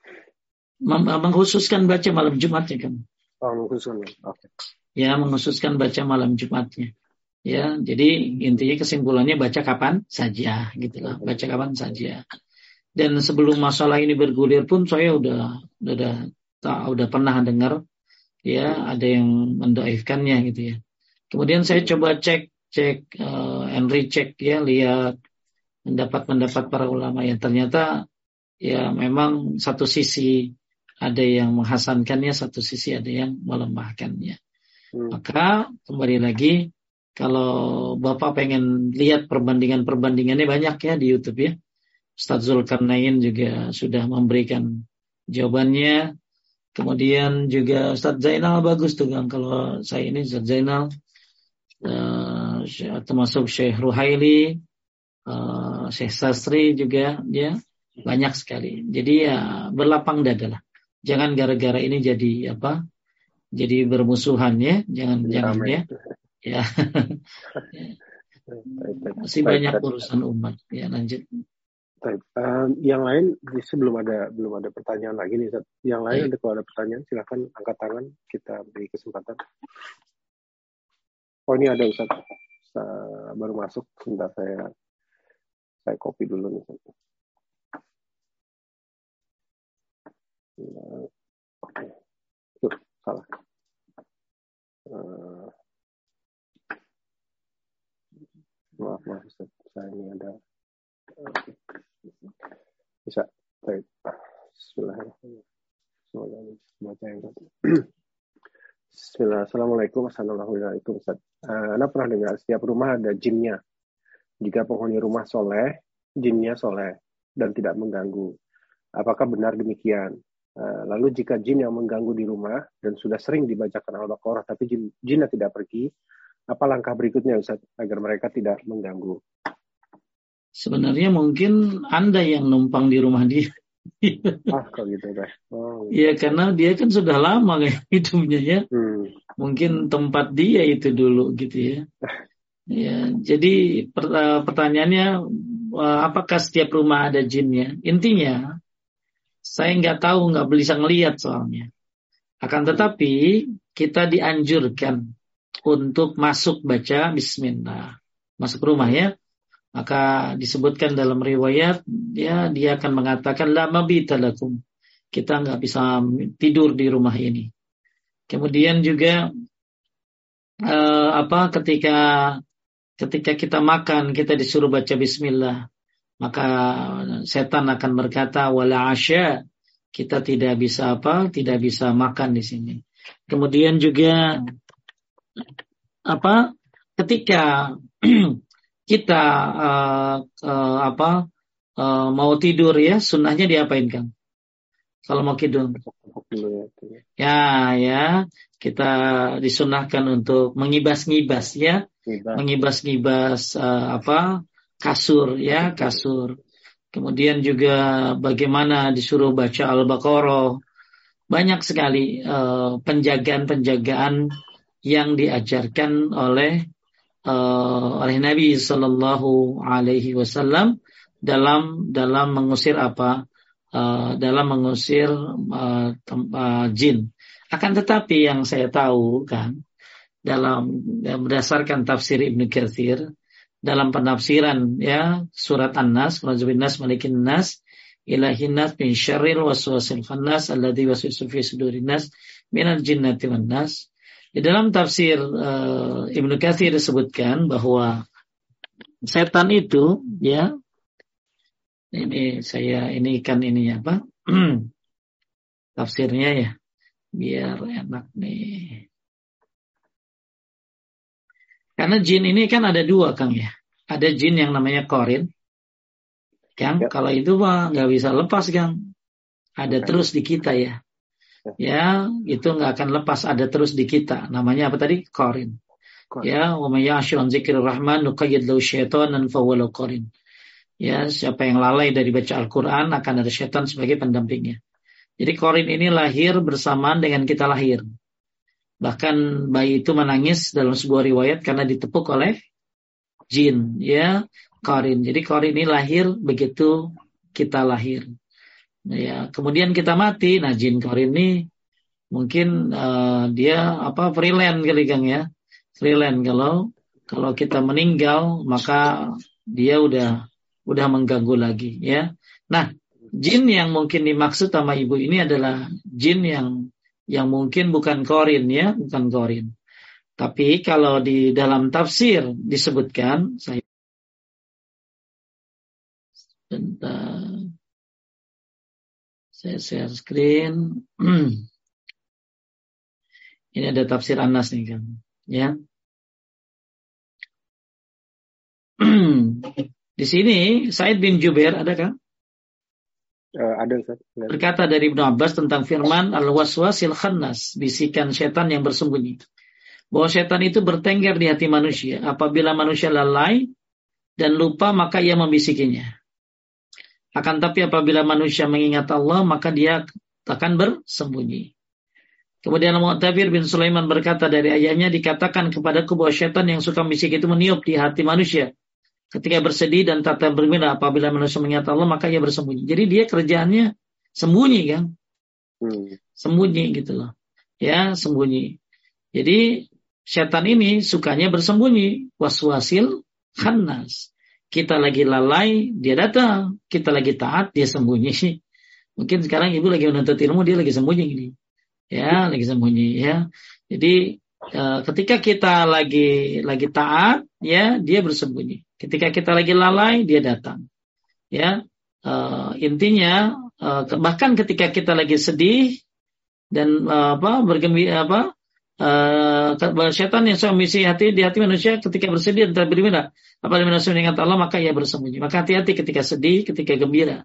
Mengkhususkan baca malam Jumatnya kan. Oh, mengkhususkan. Oke. Okay. Ya, mengkhususkan baca malam Jumatnya. Ya, jadi intinya kesimpulannya baca kapan saja, gitulah. Baca kapan saja. Dan sebelum masalah ini bergulir pun saya udah udah udah, udah pernah dengar, ya, ada yang mendoifkannya gitu, ya. Kemudian saya coba cek cek uh, and recheck, ya, lihat pendapat-pendapat para ulama yang ternyata, ya, memang satu sisi ada yang menghasankannya, satu sisi ada yang melemahkannya. Hmm. Maka kembali lagi, kalau Bapak pengen lihat perbandingan-perbandingannya banyak, ya, di YouTube, ya. Ustaz Zulkarnain juga sudah memberikan jawabannya. Kemudian juga Ustaz Zainal bagus tuh kan. Kalau saya ini Ustaz Zainal, uh, termasuk Syekh Ruhaili, uh, Syekh Sasri juga, ya, banyak sekali. Jadi ya berlapang dada lah. Jangan gara-gara ini jadi apa? Jadi bermusuhan, ya. Jangan, jangan, ya. Ya. Masih banyak urusan umat. Ya, lanjut. Um, yang lain sebelum ada belum ada pertanyaan lagi nih, Ustaz. Yang lain ada, kalau ada pertanyaan silakan angkat tangan, kita beri kesempatan. Oh, ini ada, Ustaz. Ustaz baru masuk, sebentar saya saya copy dulu nih, Ustaz. Oke, okay. Tuh, salah. Uh, merasa ini ada uh, bisa. Baik. Bismillahirrahmanirrahim. Semoga baca yang Bismillah. Assalamualaikum warahmatullahi wabarakatuh. Uh, Anda pernah dengar setiap rumah ada jinnya. Jika penghuni rumah soleh, jinnya soleh dan tidak mengganggu. Apakah benar demikian? Uh, lalu jika jin yang mengganggu di rumah dan sudah sering dibacakan Al-Baqarah tapi jin, jinnya tidak pergi, apa langkah berikutnya Ustaz agar mereka tidak mengganggu? Sebenarnya mungkin Anda yang numpang di rumah dia. Ah, kok gitu kan? Oh. Ya karena dia kan sudah lama kayak hidupnya ya. Hmm. Mungkin tempat dia itu dulu gitu ya. Ya, jadi pertanyaannya apakah setiap rumah ada jinnya? Intinya saya nggak tahu, nggak bisa ngelihat soalnya. Akan tetapi kita dianjurkan untuk masuk baca Bismillah, masuk rumah ya. Maka disebutkan dalam riwayat, ya dia akan mengatakan la mabita lakum, kita nggak bisa tidur di rumah ini. Kemudian juga eh, apa ketika ketika kita makan kita disuruh baca Bismillah. Maka setan akan berkata wala asya, kita tidak bisa apa? Tidak bisa makan di sini. Kemudian juga apa? Ketika kita uh, uh, apa? Uh, mau tidur ya, sunnahnya diapain Kang? Kalau mau tidur. Ya, ya. Kita disunnahkan untuk mengibas-ngibas ya. Mengibas-ngibas uh, apa? kasur ya kasur. Kemudian juga bagaimana disuruh baca Al-Baqarah. Banyak sekali uh, penjagaan-penjagaan yang diajarkan oleh uh, oleh Nabi Sallallahu Alaihi Wasallam dalam dalam mengusir apa uh, dalam mengusir uh, uh, jin. Akan tetapi yang saya tahu kan dalam berdasarkan tafsir Ibnu Katsir dalam penafsiran ya surat An-Nas, Rajulun Nas Malikin Nas ilahin nas min syarril waswasil khannas alladzi yuwaswisu fi sudurin nas minal jinnati wan nas. Di dalam tafsir uh, Ibnu Katsir disebutkan bahwa setan itu ya ini saya ini kan ini apa? Tafsirnya ya biar enak nih. Karena jin ini kan ada dua Kang ya. Ada jin yang namanya korin. Kang, ya. Kalau itu mah nggak bisa lepas Kang. Ada okay. Terus di kita ya. Ya, itu nggak akan lepas, ada terus di kita. Namanya apa tadi? Korin. Korin. Ya, wa may ya'shu an dzikrir rahman nuqayyid lahu syaitanan fa huwa qarin. Ya, siapa yang lalai dari baca Al-Qur'an akan ada syaitan sebagai pendampingnya. Jadi korin ini lahir bersamaan dengan kita lahir. Bahkan bayi itu menangis dalam sebuah riwayat karena ditepuk oleh jin, ya, korin. Jadi korin ini lahir begitu kita lahir. Ya, kemudian kita mati. Nah, jin korin ini mungkin uh, dia apa freelance kali Kang ya. Freelance kalau kalau kita meninggal maka dia udah udah mengganggu lagi ya. Nah, jin yang mungkin dimaksud sama ibu ini adalah jin yang yang mungkin bukan korin ya, bukan korin. Tapi kalau di dalam tafsir disebutkan, saya bentar, saya share screen. Ini ada tafsir An-Nas nih kan, ya. Di sini Said bin Jubair ada kan? Uh, ada Ustaz. Berkata dari Ibnu Abbas tentang firman al-waswasil khannas, bisikan setan yang bersembunyi. Bahwa setan itu bertengger di hati manusia. Apabila manusia lalai dan lupa maka ia membisikinya. Akan tapi apabila manusia mengingat Allah maka dia akan bersembunyi. Kemudian Mu'tafir bin Sulaiman berkata dari ayahnya, dikatakan kepadaku bahwa setan yang suka bisik itu meniup di hati manusia. Ketika bersedih dan tak bergembira, apabila manusia mengingat Allah maka ia bersembunyi. Jadi dia kerjaannya sembunyi kan, hmm. sembunyi gitu loh, ya sembunyi. Jadi setan ini sukanya bersembunyi, waswasil khannas. Kita lagi lalai dia datang, kita lagi taat dia sembunyi. Mungkin sekarang ibu lagi menuntut ilmu dia lagi sembunyi gini, ya lagi sembunyi ya. Jadi uh, ketika kita lagi lagi taat ya dia bersembunyi. Ketika kita lagi lalai, dia datang. Ya, uh, intinya uh, bahkan ketika kita lagi sedih dan uh, apa bergembira apa uh, setan yang suami hati di hati manusia ketika bersedih dan bergembira, apabila manusia mengingat Allah maka ia bersembunyi. Maka hati-hati ketika sedih, ketika gembira.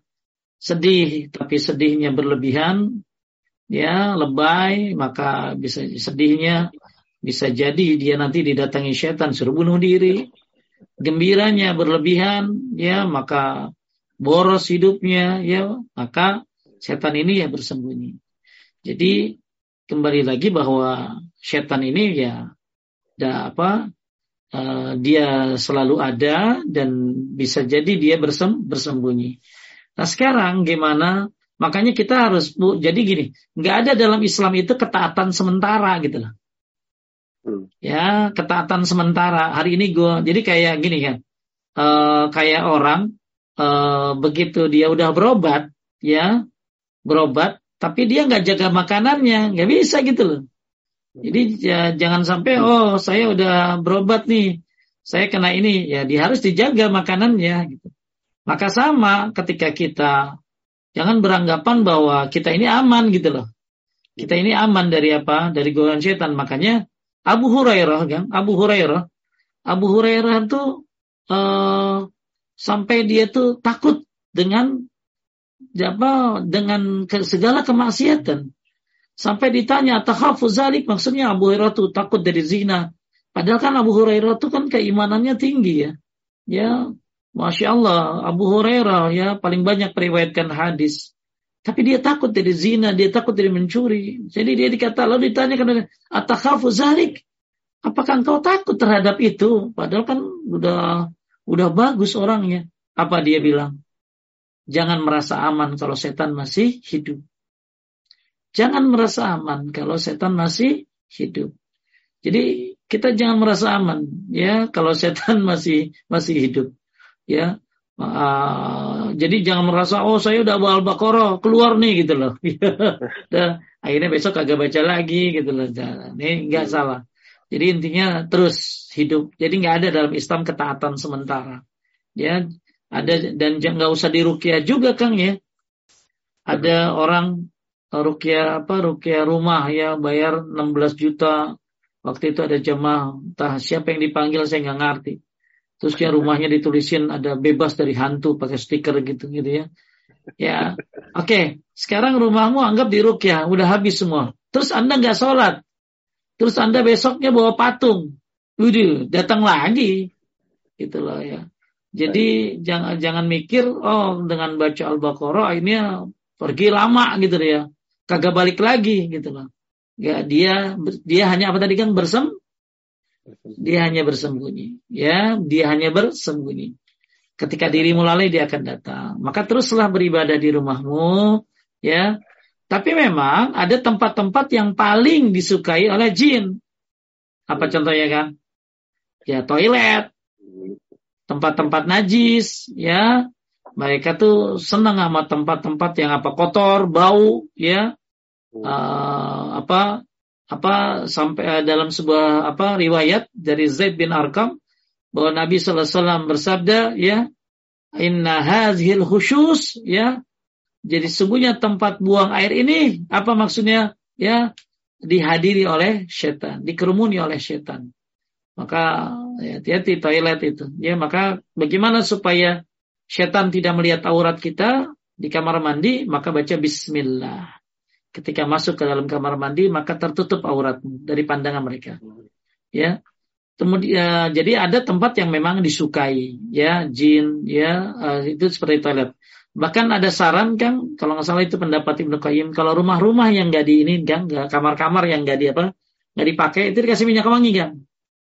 Sedih tapi sedihnya berlebihan, ya lebay, maka bisa sedihnya bisa jadi dia nanti didatangi setan suruh bunuh diri. Gembiranya berlebihan, ya maka boros hidupnya, ya maka setan ini ya bersembunyi. Jadi kembali lagi bahwa setan ini ya ada apa? Uh, dia selalu ada dan bisa jadi dia bersem, bersembunyi. Nah sekarang gimana? Makanya kita harus bu, jadi gini, nggak ada dalam Islam itu ketaatan sementara gitu loh. Hmm. Ya ketaatan sementara. Hari ini gue, jadi kayak gini kan, uh, kayak orang uh, begitu dia udah berobat, ya berobat, tapi dia nggak jaga makanannya, nggak bisa gitu loh. Jadi ya, jangan sampai oh saya udah berobat nih, saya kena ini, ya dia harus dijaga makanannya gitu. Maka sama ketika kita jangan beranggapan bahwa kita ini aman gitu loh. Kita ini aman dari apa? Dari godaan setan. Makanya Abu Hurairah kan, Abu Hurairah, Abu Hurairah tuh uh, sampai dia tuh takut dengan apa? Dengan ke, segala kemaksiatan. Sampai ditanya, takhafu zalik, maksudnya Abu Hurairah tuh takut dari zina. Padahal kan Abu Hurairah tuh kan keimanannya tinggi ya. Ya, Masya Allah, Abu Hurairah ya paling banyak meriwayatkan hadis. Tapi dia takut dari zina, dia takut dari mencuri. Jadi dia dikata, lalu ditanyakan, atakhafu zalik, apakah engkau takut terhadap itu? Padahal kan udah udah bagus orangnya. Apa dia bilang? Jangan merasa aman kalau setan masih hidup. Jangan merasa aman kalau setan masih hidup. Jadi kita jangan merasa aman ya kalau setan masih masih hidup. Ya. Uh, jadi jangan merasa oh saya udah bawa Al-Baqarah keluar nih gitu loh. Dan akhirnya besok kagak baca lagi gitu loh. Ini enggak salah. Jadi intinya terus hidup. Jadi enggak ada dalam Islam ketaatan sementara. Ya, ada dan enggak usah diruqyah juga Kang ya. Ada orang ruqyah apa ruqyah rumah ya bayar enam belas juta. Waktu itu ada jemaah, entah siapa yang dipanggil saya enggak ngerti. Terus ya rumahnya ditulisin ada bebas dari hantu pakai stiker gitu gitu ya. Ya, oke. Okay. Sekarang rumahmu anggap diruqyah, udah habis semua. Terus Anda nggak sholat. Terus Anda besoknya bawa patung. Udah datang lagi. Gitu loh ya. Jadi jangan jangan mikir oh dengan baca Al-Baqarah ini pergi lama gitu ya. Kagak balik lagi gitu loh. Ya dia dia hanya apa tadi kan bersem Dia hanya bersembunyi, ya, dia hanya bersembunyi. Ketika dirimu lalai, dia akan datang. Maka teruslah beribadah di rumahmu, ya. Tapi memang ada tempat-tempat yang paling disukai oleh jin. Apa contohnya kan? Ya toilet, tempat-tempat najis, ya. Mereka tuh senang sama tempat-tempat yang apa kotor, bau, ya, uh, apa. apa sampai dalam sebuah apa riwayat dari Zaid bin Arqam bahwa Nabi sallallahu alaihi wasallam bersabda ya inna hadhil khusyus ya jadi sesungguhnya tempat buang air ini apa maksudnya ya dihadiri oleh setan, dikerumuni oleh setan. Maka ya, hati-hati toilet itu ya. Maka bagaimana supaya setan tidak melihat aurat kita di kamar mandi? Maka baca bismillah. Ketika masuk ke dalam kamar mandi maka tertutup auratmu dari pandangan mereka. Ya. Kemudian jadi ada tempat yang memang disukai ya jin ya uh, itu seperti toilet. Bahkan ada saran kan kalau nggak salah itu pendapat Ibnu Qayyim kalau rumah-rumah yang nggak di ini kan kamar-kamar yang nggak di apa nggak dipakai itu dikasih minyak wangi kan.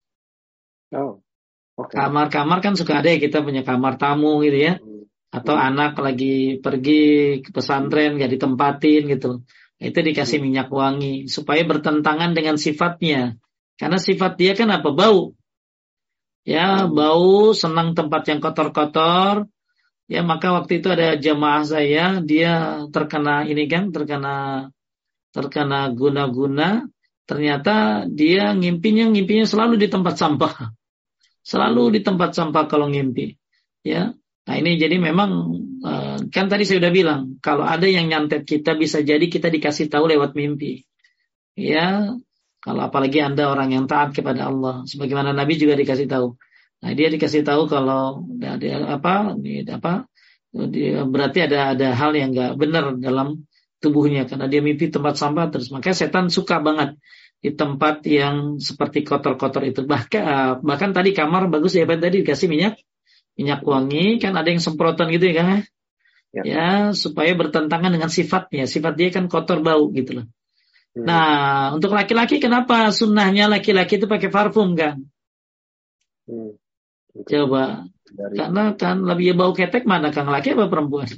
Oh. Okay. Kamar-kamar kan suka ada ya kita punya kamar tamu gitu ya. Atau hmm. anak lagi pergi ke pesantren nggak ditempatin gitu. Itu dikasih minyak wangi supaya bertentangan dengan sifatnya. Karena sifat dia kan apa? Bau. Ya, bau, senang tempat yang kotor-kotor. Ya, maka waktu itu ada jamaah saya, dia terkena ini kan, terkena terkena guna-guna. Ternyata dia ngimpinya ngimpinya selalu di tempat sampah. Selalu di tempat sampah kalau ngimpi. Ya. Nah ini jadi memang uh, kan tadi saya udah bilang kalau ada yang nyantet kita bisa jadi kita dikasih tahu lewat mimpi. Ya, kalau apalagi Anda orang yang taat kepada Allah, sebagaimana Nabi juga dikasih tahu. Nah dia dikasih tahu kalau dia apa, dia, apa dia, berarti ada ada hal yang nggak benar dalam tubuhnya karena dia mimpi tempat sampah terus. Makanya setan suka banget di tempat yang seperti kotor-kotor itu. Bahkan bahkan tadi kamar bagus ya tadi dikasih minyak minyak wangi kan ada yang semprotan gitu ya kan ya, ya supaya bertentangan dengan sifatnya. Sifat dia kan kotor bau gitu loh. Hmm. Nah untuk laki-laki kenapa sunnahnya laki-laki itu pakai parfum kan? Hmm. Coba dari... karena kan lebih bau ketek mana kang laki apa perempuan?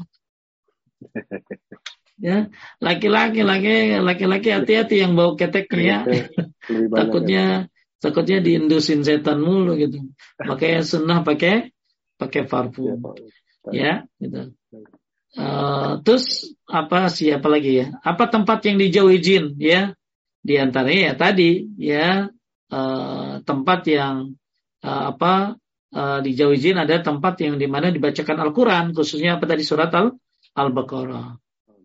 Ya laki-laki laki laki-laki hati-hati yang bau keteknya takutnya takutnya diindusin setan mulu gitu. Makanya sunnah pakai pakai parfum ya gitu. Uh, terus apa siapa lagi ya? Apa tempat yang dijauhi jin ya? Di antaranya ya tadi ya uh, tempat yang uh, apa Uh, di jauhi jin ada tempat yang dimana dibacakan Al-Quran khususnya apa tadi surat Al Al-Baqarah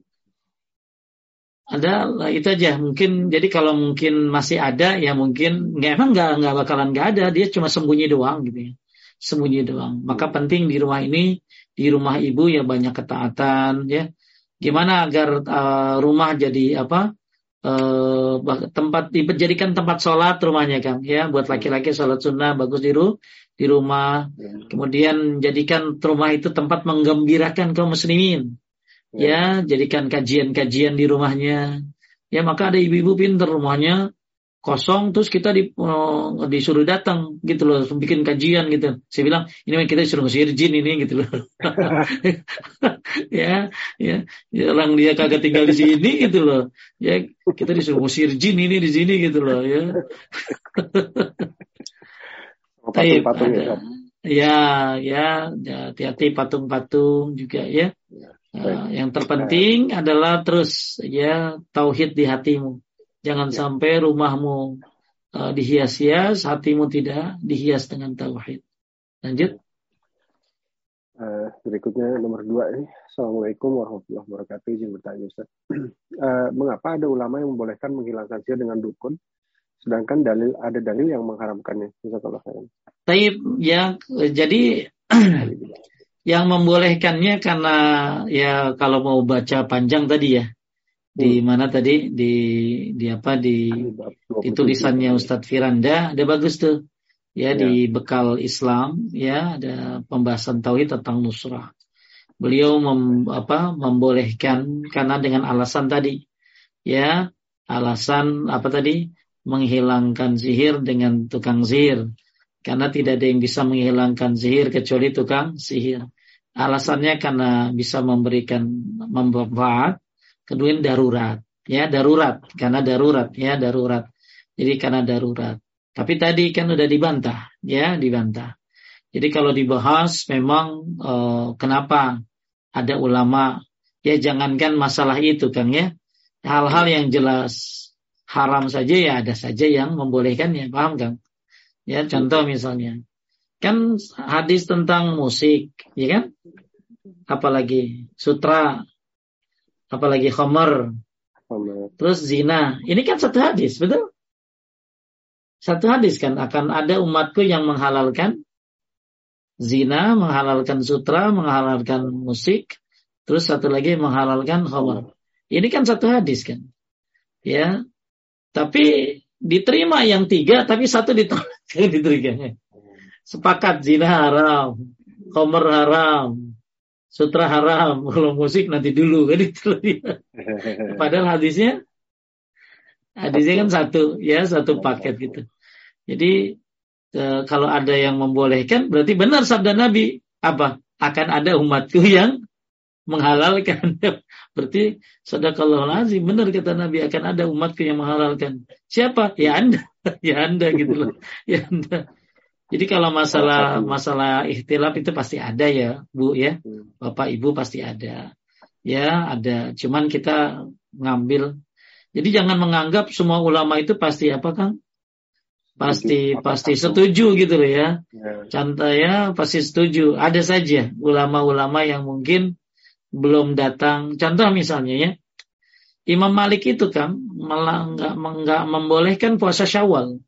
ada itu aja mungkin jadi kalau mungkin masih ada ya mungkin nggak emang nggak nggak bakalan nggak ada dia cuma sembunyi doang gitu ya sembunyi doang maka penting di rumah ini di rumah ibu ya banyak ketaatan ya gimana agar uh, rumah jadi apa uh, tempat dijadikan tempat sholat rumahnya Kang ya buat laki-laki sholat sunnah bagus di rumah di rumah, kemudian jadikan rumah itu tempat menggembirakan kaum muslimin, ya, jadikan kajian-kajian di rumahnya, ya maka ada ibu-ibu pinter rumahnya kosong, terus kita di, uh, disuruh datang gitu loh, bikin kajian gitu, saya bilang ini kita disuruh ngusir jin ini gitu loh, ya, ya, ya, orang dia kagak tinggal di sini gitu loh, ya kita disuruh ngusir jin ini di sini gitu loh, ya. Patung-patung ya, ya, ya, hati-hati patung-patung juga ya. ya uh, yang terpenting uh, adalah terus ya tauhid di hatimu. Jangan ya. sampai rumahmu uh, dihias-hias, hatimu tidak dihias dengan tauhid. Lanjut. Uh, berikutnya nomor dua ini. Assalamualaikum warahmatullahi wabarakatuh. Izin bertanya Ustaz. uh, mengapa ada ulama yang membolehkan menghilangkan sihir dengan dukun? Sedangkan dalil ada dalil yang mengharamkannya. Taib ya jadi yang membolehkannya karena ya kalau mau baca panjang tadi ya di hmm. mana tadi di di apa di, di tulisannya Ustadz Firanda ada bagus tuh ya, ya di bekal Islam ya ada pembahasan tauhid tentang nusrah. Beliau mem, apa membolehkan karena dengan alasan tadi ya alasan apa tadi menghilangkan sihir dengan tukang sihir. Karena tidak ada yang bisa menghilangkan sihir kecuali tukang sihir. Alasannya karena bisa memberikan manfaat, kedua darurat. Ya, darurat. Karena darurat. Ya, darurat. Jadi karena darurat. Tapi tadi kan udah dibantah. Ya, dibantah. Jadi kalau dibahas memang eh, kenapa ada ulama. Ya, jangankan masalah itu, Kang ya. Hal-hal yang jelas haram saja ya ada saja yang membolehkannya, paham Kang? Ya contoh misalnya, kan hadis tentang musik, ya kan? Apalagi sutra, apalagi khamar, terus zina. Ini kan satu hadis, betul? Satu hadis kan akan ada umatku yang menghalalkan zina, menghalalkan sutra, menghalalkan musik, terus satu lagi menghalalkan khamar. Ini kan satu hadis kan? Ya. Tapi diterima yang tiga, tapi satu ditolak diterima. Sepakat zina haram, khamr haram, sutra haram, kalau musik nanti dulu kan itu. Padahal hadisnya, hadisnya kan satu, ya satu paket gitu. Jadi e, kalau ada yang membolehkan, berarti benar sabda Nabi apa? Akan ada umatku yang menghalalkan. Berarti sadaqallahul azim, benar kata Nabi akan ada umatku yang menghalalkan. Siapa? Ya Anda, ya Anda gitu loh. Ya Anda. Jadi kalau masalah masalah ikhtilaf itu pasti ada ya, Bu ya. Bapak Ibu pasti ada. Ya, ada. Cuman kita ngambil. Jadi jangan menganggap semua ulama itu pasti apa, Kang? pasti Setuju. pasti Apakah setuju gitu loh ya. Ya. Contohnya pasti setuju. Ada saja ulama-ulama yang mungkin belum datang. Contoh misalnya ya, Imam Malik itu kan malah nggak nggak membolehkan puasa Syawal.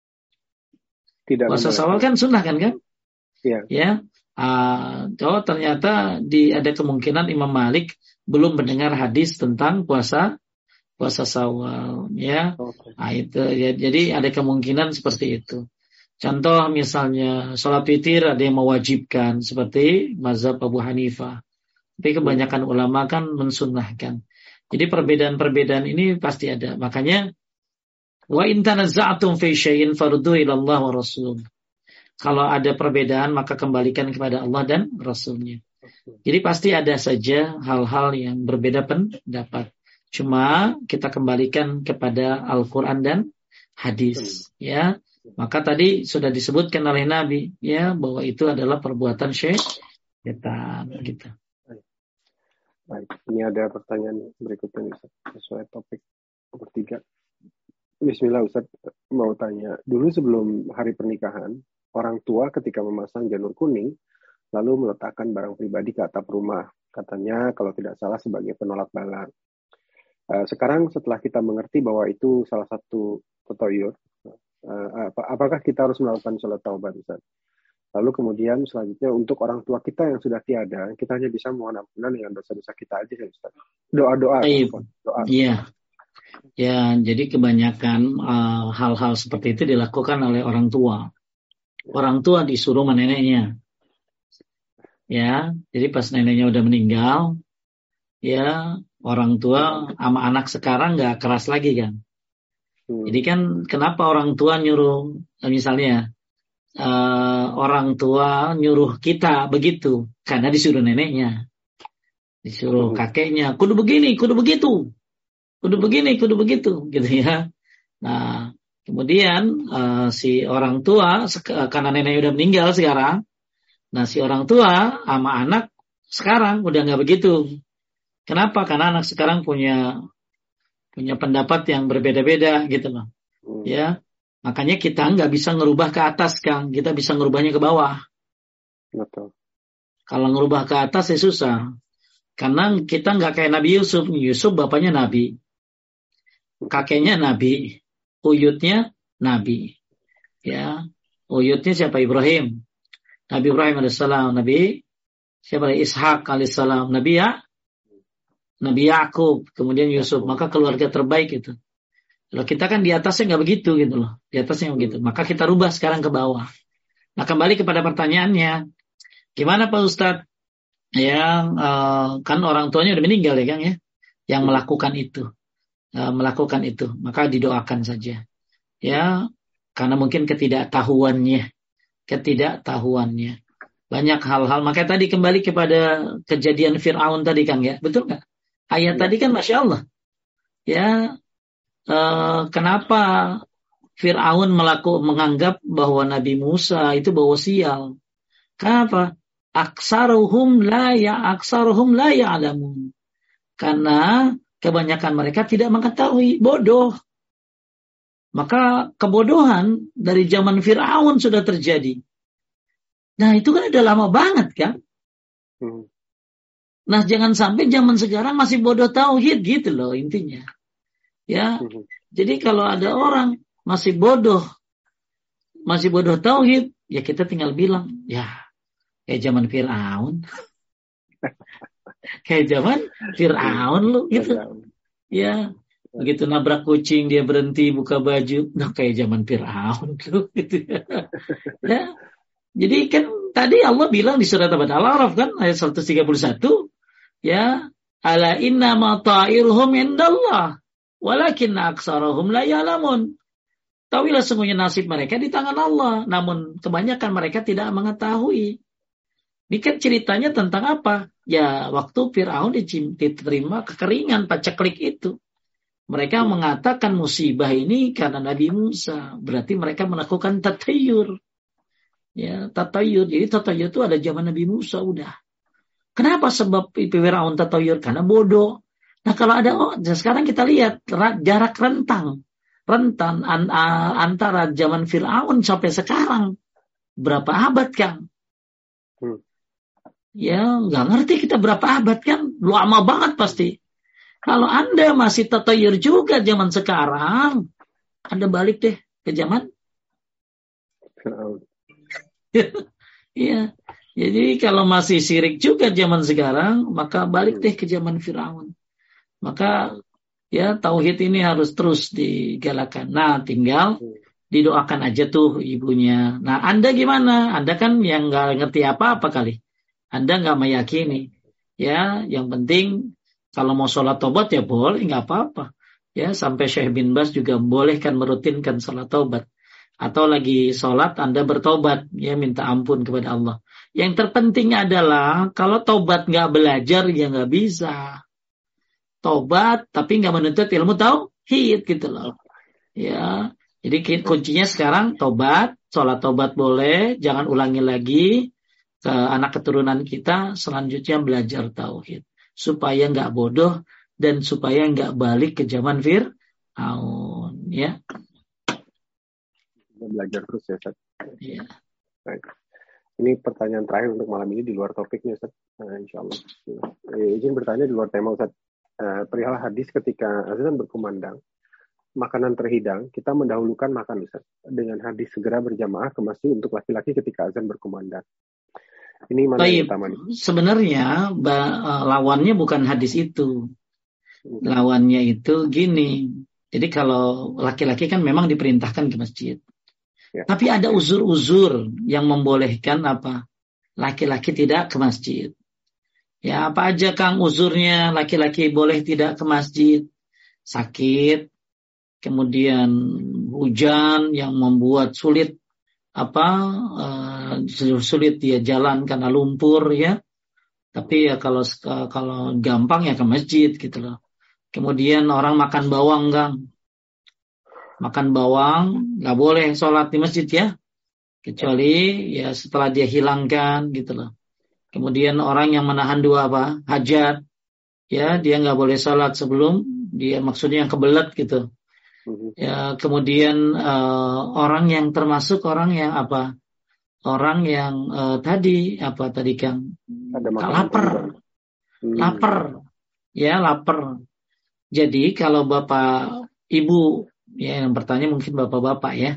Tidak Puasa membolehkan. Syawal kan sunnah kan kan? Ya. Ya. Uh, oh ternyata di ada kemungkinan Imam Malik belum mendengar hadis tentang puasa puasa Syawal ya. Okay. Nah, itu ya, jadi ada kemungkinan seperti itu. Contoh misalnya sholat witir ada yang mewajibkan seperti mazhab Abu Hanifah. Tapi kebanyakan hmm. ulama kan mensunnahkan. Jadi perbedaan-perbedaan ini pasti ada. Makanya wa in tanaza'tum fi syai'in faruddu ila Allah wa Rasul. Kalau ada perbedaan maka kembalikan kepada Allah dan Rasulnya. Jadi pasti ada saja hal-hal yang berbeda pendapat. Cuma kita kembalikan kepada Al-Quran dan hadis, ya. Maka tadi sudah disebutkan oleh Nabi, ya, bahwa itu adalah perbuatan syaitan, gitu. Baik, ini ada pertanyaan berikutnya Ustaz, sesuai topik nomor tiga. Bismillah Ustaz, mau tanya. Dulu sebelum hari pernikahan, orang tua ketika memasang janur kuning, lalu meletakkan barang pribadi ke atap rumah. Katanya kalau tidak salah sebagai penolak bala. Sekarang setelah kita mengerti bahwa itu salah satu tatoyur, apakah kita harus melakukan sholat taubat Ustaz? Lalu kemudian selanjutnya untuk orang tua kita yang sudah tiada, kita hanya bisa mohon ampunan dengan dosa-dosa kita aja ya Ustaz. Doa-doa. Doa. Iya. Ya, jadi kebanyakan uh, hal-hal seperti itu dilakukan oleh orang tua. Orang tua disuruh sama neneknya. Ya, jadi pas neneknya udah meninggal, ya orang tua sama anak sekarang nggak keras lagi kan. Hmm. Jadi kan kenapa orang tua nyuruh, misalnya uh, orang tua nyuruh kita begitu, karena disuruh neneknya, disuruh hmm. kakeknya, kudu begini, kudu begitu, kudu begini, kudu begitu, gitu ya. Nah kemudian uh, si orang tua, karena neneknya udah meninggal sekarang, nah si orang tua sama anak sekarang udah nggak begitu. Kenapa? Karena anak sekarang punya punya pendapat yang berbeda-beda gitu loh. Hmm. Ya, makanya kita nggak bisa ngerubah ke atas, Kang. Kita bisa ngerubahnya ke bawah. Betul. Kalau ngerubah ke atas ya susah. Karena kita nggak kayak Nabi Yusuf. Yusuf bapaknya Nabi, kakeknya Nabi, uyutnya Nabi. Ya, uyutnya siapa? Ibrahim. Nabi Ibrahim alaihissalam. Nabi siapa? Ishak alaihissalam. Nabi ya. Nabi Yakub, kemudian Yusuf, maka keluarga terbaik itu. Kalau kita kan di atasnya nggak begitu gitu loh, di atasnya begitu. Maka kita rubah sekarang ke bawah. Nah kembali kepada pertanyaannya, gimana Pak Ustadz? Yang uh, kan orang tuanya udah meninggal ya Kang ya, yang melakukan itu, uh, melakukan itu, maka didoakan saja. Ya, karena mungkin ketidaktahuannya, ketidaktahuannya. Banyak hal-hal. Maka tadi kembali kepada kejadian Fir'aun tadi Kang ya, betul nggak? Ayat ya. Tadi kan Masya Allah. Ya, eh, kenapa Fir'aun melaku, menganggap bahwa Nabi Musa itu bawa sial? Kenapa? Aksaruhum la ya aksaruhum la ya'lamun. Karena kebanyakan mereka tidak mengetahui, bodoh. Maka kebodohan dari zaman Fir'aun sudah terjadi. Nah itu kan udah lama banget kan? Hmm. Nah jangan sampai zaman sekarang masih bodoh tauhid gitu loh intinya. Ya, hmm. Jadi kalau ada orang masih bodoh, masih bodoh tauhid, ya kita tinggal bilang, ya kayak zaman Fir'aun, kayak zaman Fir'aun lu gitu. Ya, begitu nabrak kucing dia berhenti buka baju, nah kayak zaman Fir'aun lu gitu ya. Ya. Jadi kan tadi Allah bilang di surat Al-A'raf kan ayat seratus tiga puluh satu, ya, ala inna ma ta'iruhum indallah walakin aksarahum la ya'lamun. Tahuilah semuanya nasib mereka di tangan Allah, namun kebanyakan mereka tidak mengetahui. Ini kan ceritanya tentang apa? Ya, waktu Fir'aun diterima kekeringan paceklik itu. Mereka mengatakan musibah ini karena Nabi Musa. Berarti mereka melakukan tatayur. Ya, tatayur. Jadi tatayur itu ada zaman Nabi Musa udah. Kenapa sebab Fir'aun tatayur? Karena bodoh. Nah kalau ada, oh sekarang kita lihat jarak rentang rentan an, a, antara zaman Fir'aun sampai sekarang. Berapa abad, Kang? Hmm. Ya, nggak ngerti kita berapa abad, kan? Lama banget pasti. Kalau Anda masih tatayur juga zaman sekarang, Anda balik deh ke zaman Fir'aun. Iya. Jadi kalau masih syirik juga zaman sekarang, maka balik deh ke zaman Fir'aun. Maka ya tauhid ini harus terus digalakan. Nah, tinggal didoakan aja tuh ibunya. Nah, Anda gimana? Anda kan yang nggak ngerti apa-apa kali. Anda nggak meyakini. Ya, yang penting kalau mau sholat tobat ya boleh, nggak apa-apa. Ya, sampai Syekh bin Baz juga bolehkan merutinkan sholat tobat. Atau lagi sholat Anda bertobat, ya minta ampun kepada Allah. Yang terpenting adalah kalau tobat nggak belajar ya nggak bisa. Tobat tapi nggak menuntut ilmu tauhid gitu loh. Ya, jadi kuncinya sekarang tobat, sholat tobat boleh, jangan ulangi lagi. Ke anak keturunan kita selanjutnya belajar tauhid supaya nggak bodoh dan supaya nggak balik ke zaman Fir'aun, ya. Belajar terus ya, Ustaz. Iya. Baik. Ini pertanyaan terakhir untuk malam ini di luar topiknya, Ustaz. Nah, insya Allah. Eh, izin bertanya di luar tema, Ustaz. Eh, perihal hadis ketika azan berkumandang, makanan terhidang, kita mendahulukan makan, Ustaz. Dengan hadis segera berjamaah ke masjid untuk laki-laki ketika azan berkumandang. Ini mana yang utama nih? Sebenarnya lawannya bukan hadis itu. Lawannya itu gini. Jadi kalau laki-laki kan memang diperintahkan ke masjid. Ya. Tapi ada uzur-uzur yang membolehkan apa? Laki-laki tidak ke masjid. Ya, apa aja Kang uzurnya laki-laki boleh tidak ke masjid? Sakit, kemudian hujan yang membuat sulit apa uh, sulit dia jalan karena lumpur ya. Tapi ya kalau kalau gampang ya ke masjid gitu loh. Kemudian orang makan bawang, Kang. Makan bawang nggak boleh sholat di masjid ya, kecuali ya setelah dia hilangkan gitu loh. Kemudian orang yang menahan dua apa hajat, ya dia nggak boleh sholat sebelum dia maksudnya yang kebelet gitu. Ya kemudian uh, orang yang termasuk orang yang apa orang yang uh, tadi apa tadi Kang lapar, hmm. lapar, ya lapar. Jadi kalau bapak ibu ya yang bertanya mungkin bapak-bapak ya.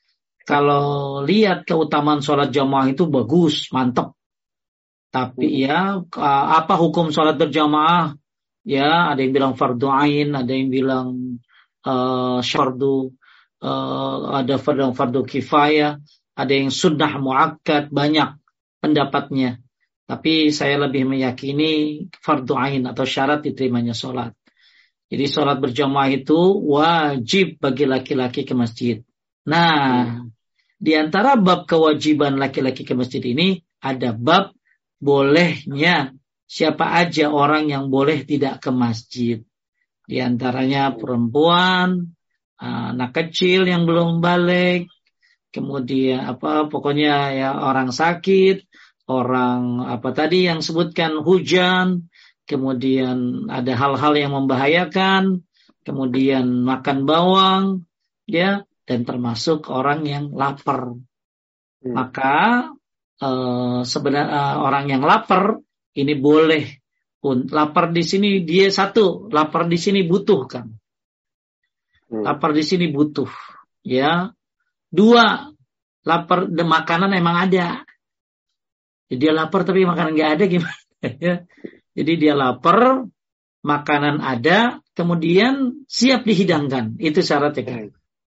Kalau lihat keutamaan sholat jamaah itu bagus, mantap. Tapi hmm. ya apa hukum sholat berjamaah? Ya ada yang bilang fardu ain, ada yang bilang uh, fardu, uh, ada fardu fardu kifayah, ada yang sunnah muakkad, banyak pendapatnya. Tapi saya lebih meyakini fardu ain atau syarat diterimanya sholat. Jadi sholat berjamaah itu wajib bagi laki-laki ke masjid. Nah, di antara bab kewajiban laki-laki ke masjid ini ada bab bolehnya siapa aja orang yang boleh tidak ke masjid. Di antaranya perempuan, anak kecil yang belum balik, kemudian apa pokoknya ya orang sakit, orang apa tadi yang sebutkan hujan. Kemudian ada hal-hal yang membahayakan, kemudian makan bawang, ya, dan termasuk orang yang lapar. Hmm. Maka eh, sebenarnya orang yang lapar ini boleh pun lapar di sini dia satu, lapar di sini butuh kan, hmm. lapar di sini butuh, ya. Dua, lapar de makanan emang ada, jadi dia lapar tapi makanan nggak ada gimana? Ya. Jadi dia lapar, makanan ada, kemudian siap dihidangkan. Itu syaratnya kan.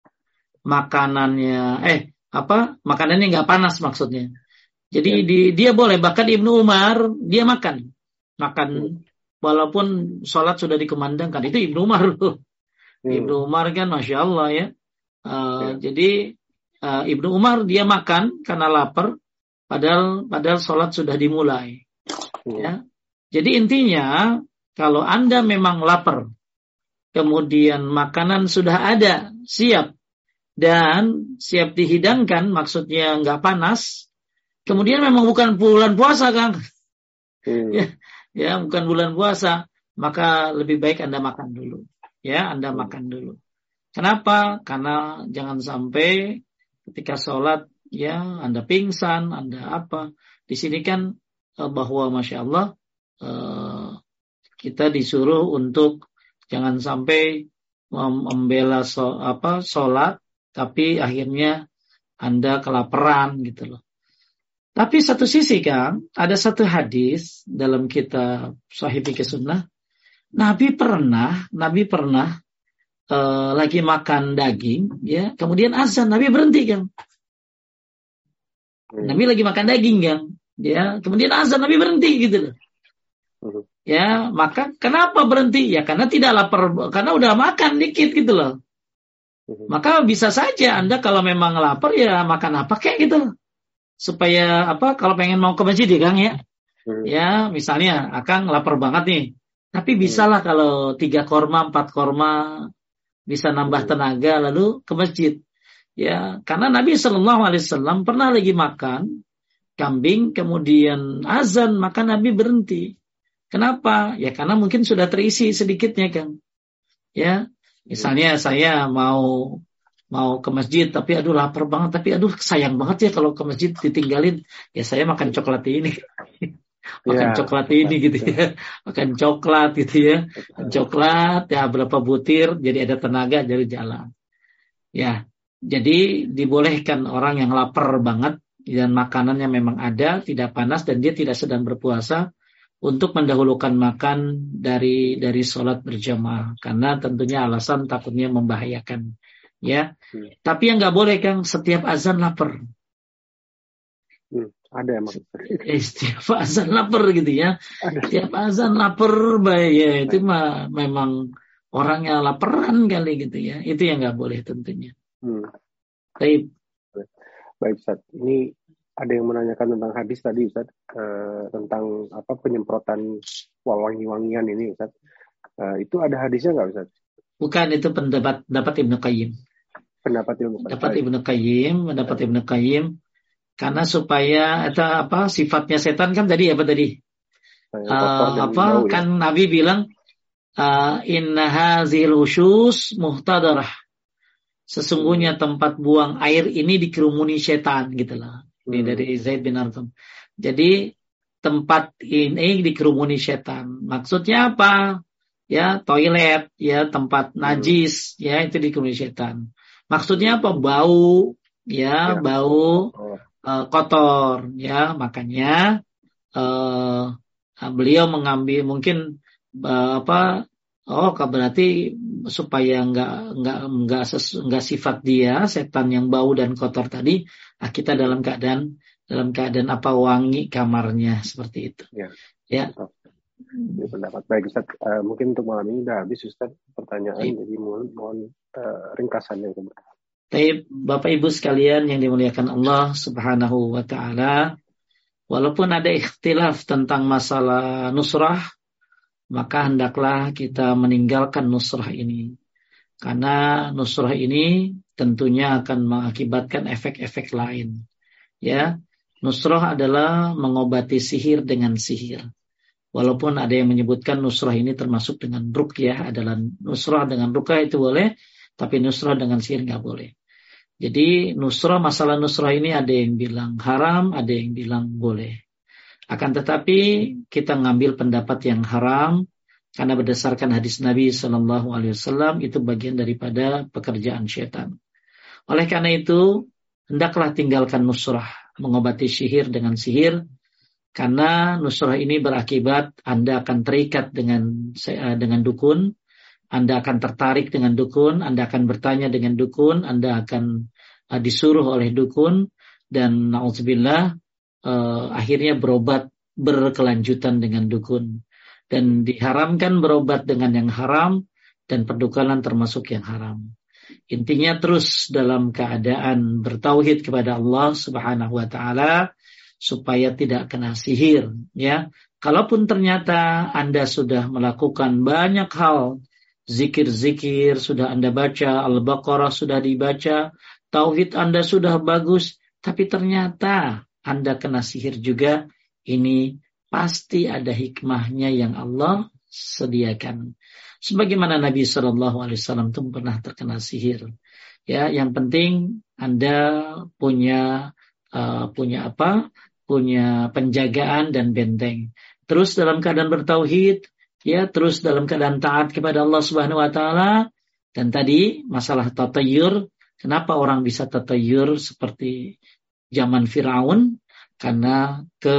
Makanannya, eh apa? Makanannya nggak panas maksudnya. Jadi ya. di, dia boleh. Bahkan Ibnu Umar dia makan, makan walaupun sholat sudah dikumandangkan. Itu Ibnu Umar loh. Hmm. Ibnu Umar kan, masya Allah ya. Uh, ya. Jadi uh, Ibnu Umar dia makan karena lapar, padahal padahal sholat sudah dimulai. Hmm. Ya. Jadi intinya, kalau Anda memang lapar, kemudian makanan sudah ada, siap, dan siap dihidangkan, maksudnya nggak panas, kemudian memang bukan bulan puasa, Kang. Hmm. Ya, ya, bukan bulan puasa, maka lebih baik Anda makan dulu. Ya, Anda hmm. makan dulu. Kenapa? Karena jangan sampai ketika sholat ya Anda pingsan, Anda apa. Di sini kan eh, bahwa Masya Allah eh, kita disuruh untuk jangan sampai membela so, apa sholat, tapi akhirnya Anda kelaparan gitu loh. Tapi satu sisi Kang, ada satu hadis dalam kitab Sahih Fiqh Sunnah, Nabi pernah, Nabi pernah uh, lagi makan daging, ya, kemudian azan, Nabi berhenti Kang. Nabi lagi makan daging Kang, ya, kemudian azan, Nabi berhenti gitu loh. Ya, maka kenapa berhenti? Ya karena tidak lapar, karena udah makan dikit gitu loh. Maka bisa saja Anda kalau memang lapar ya makan apa kayak gitu loh. Supaya apa kalau pengen mau ke masjid ya Kang ya. Hmm. Ya misalnya Akang lapar banget nih. Tapi bisalah hmm. kalau tiga korma, empat korma bisa nambah hmm. tenaga lalu ke masjid. Ya karena Nabi Shallallahu Alaihi Wasallam pernah lagi makan kambing kemudian azan maka Nabi berhenti. Kenapa? Ya karena mungkin sudah terisi sedikitnya Kang. Ya misalnya hmm. saya mau mau ke masjid tapi aduh lapar banget tapi aduh sayang banget ya kalau ke masjid ditinggalin ya saya makan coklat ini makan ya, coklat ini gitu ya makan coklat gitu ya makan coklat ya berapa butir jadi ada tenaga dari jalan ya jadi dibolehkan orang yang lapar banget dan makanannya memang ada tidak panas dan dia tidak sedang berpuasa untuk mendahulukan makan dari dari sholat berjamaah karena tentunya alasan takutnya membahayakan. Ya, hmm. tapi yang nggak boleh Kang setiap azan lapar. Hmm, ada emang. Eh, setiap azan lapar gitu ya. Ada. Setiap azan lapar, baik ya itu mah memang orangnya laparan kali gitu ya. Itu yang nggak boleh tentunya. Hmm. Baik. Baik Ustaz. Ini ada yang menanyakan tentang hadis tadi Ustaz, uh, tentang apa penyemprotan wangi-wangian ini Ustaz. Uh, itu ada hadisnya nggak Ustaz? Bukan, itu pendapat pendapat Ibnu Qayyim. Pendapat Ibnu Qayyim. Pendapat Ibnu Qayyim, pendapat Ibnu Qayyim. Karena supaya itu apa sifatnya setan kan tadi apa tadi? Uh, apa kan ya? Nabi bilang uh, inna hazil ushus muhtadarah. Sesungguhnya hmm. tempat buang air ini dikerumuni setan gitu lah. Ini hmm. dari Zaid bin Arqam. Jadi tempat ini dikerumuni setan. Maksudnya apa? Ya toilet, ya tempat najis, hmm. ya itu dikerumuni setan. Maksudnya apa? Bau, ya, ya. bau oh. uh, kotor, ya. Makanya uh, beliau mengambil mungkin uh, apa? Oh, berarti supaya nggak nggak nggak nggak sifat dia setan yang bau dan kotor tadi, nah kita dalam keadaan dalam keadaan apa wangi kamarnya seperti itu. Ya. Ya. Ya, pendapat baik Ustaz. Uh, mungkin untuk malam ini udah habis Ustaz pertanyaan, Baik. jadi mohon mohon uh, ringkasannya. Baik, Bapak Ibu sekalian yang dimuliakan Allah Subhanahu wa taala, walaupun ada ikhtilaf tentang masalah nusrah, maka hendaklah kita meninggalkan nusrah ini. Karena nusrah ini tentunya akan mengakibatkan efek-efek lain. Ya, nusrah adalah mengobati sihir dengan sihir. Walaupun ada yang menyebutkan nusrah ini termasuk dengan ruqyah, adalah nusrah dengan ruqyah itu boleh, tapi nusrah dengan sihir nggak boleh. Jadi nusrah, masalah nusrah ini ada yang bilang haram, ada yang bilang boleh. Akan tetapi kita ngambil pendapat yang haram karena berdasarkan hadis Nabi Shallallahu Alaihi Wasallam itu bagian daripada pekerjaan syaitan. Oleh karena itu hendaklah tinggalkan nusrah, mengobati sihir dengan sihir. Karena nusrah ini berakibat Anda akan terikat dengan dengan dukun, Anda akan tertarik dengan dukun, Anda akan bertanya dengan dukun, Anda akan uh, disuruh oleh dukun, dan na'udzubillah uh, akhirnya berobat berkelanjutan dengan dukun. Dan diharamkan berobat dengan yang haram, dan perdukunan termasuk yang haram. Intinya terus dalam keadaan bertauhid kepada Allah Subhanahu wa taala, supaya tidak kena sihir, ya. Kalaupun ternyata Anda sudah melakukan banyak hal, zikir-zikir sudah Anda baca, Al-Baqarah sudah dibaca, tauhid Anda sudah bagus, tapi ternyata Anda kena sihir juga, ini pasti ada hikmahnya yang Allah sediakan. Sebagaimana Nabi Shallallahu Alaihi Wasallam itu pernah terkena sihir. Ya, yang penting Anda punya uh, punya apa? Punya penjagaan dan benteng. Terus dalam keadaan bertauhid, ya, terus dalam keadaan taat kepada Allah Subhanahu Wa Taala. Dan tadi masalah tatayur, kenapa orang bisa tatayur seperti zaman Firaun? Karena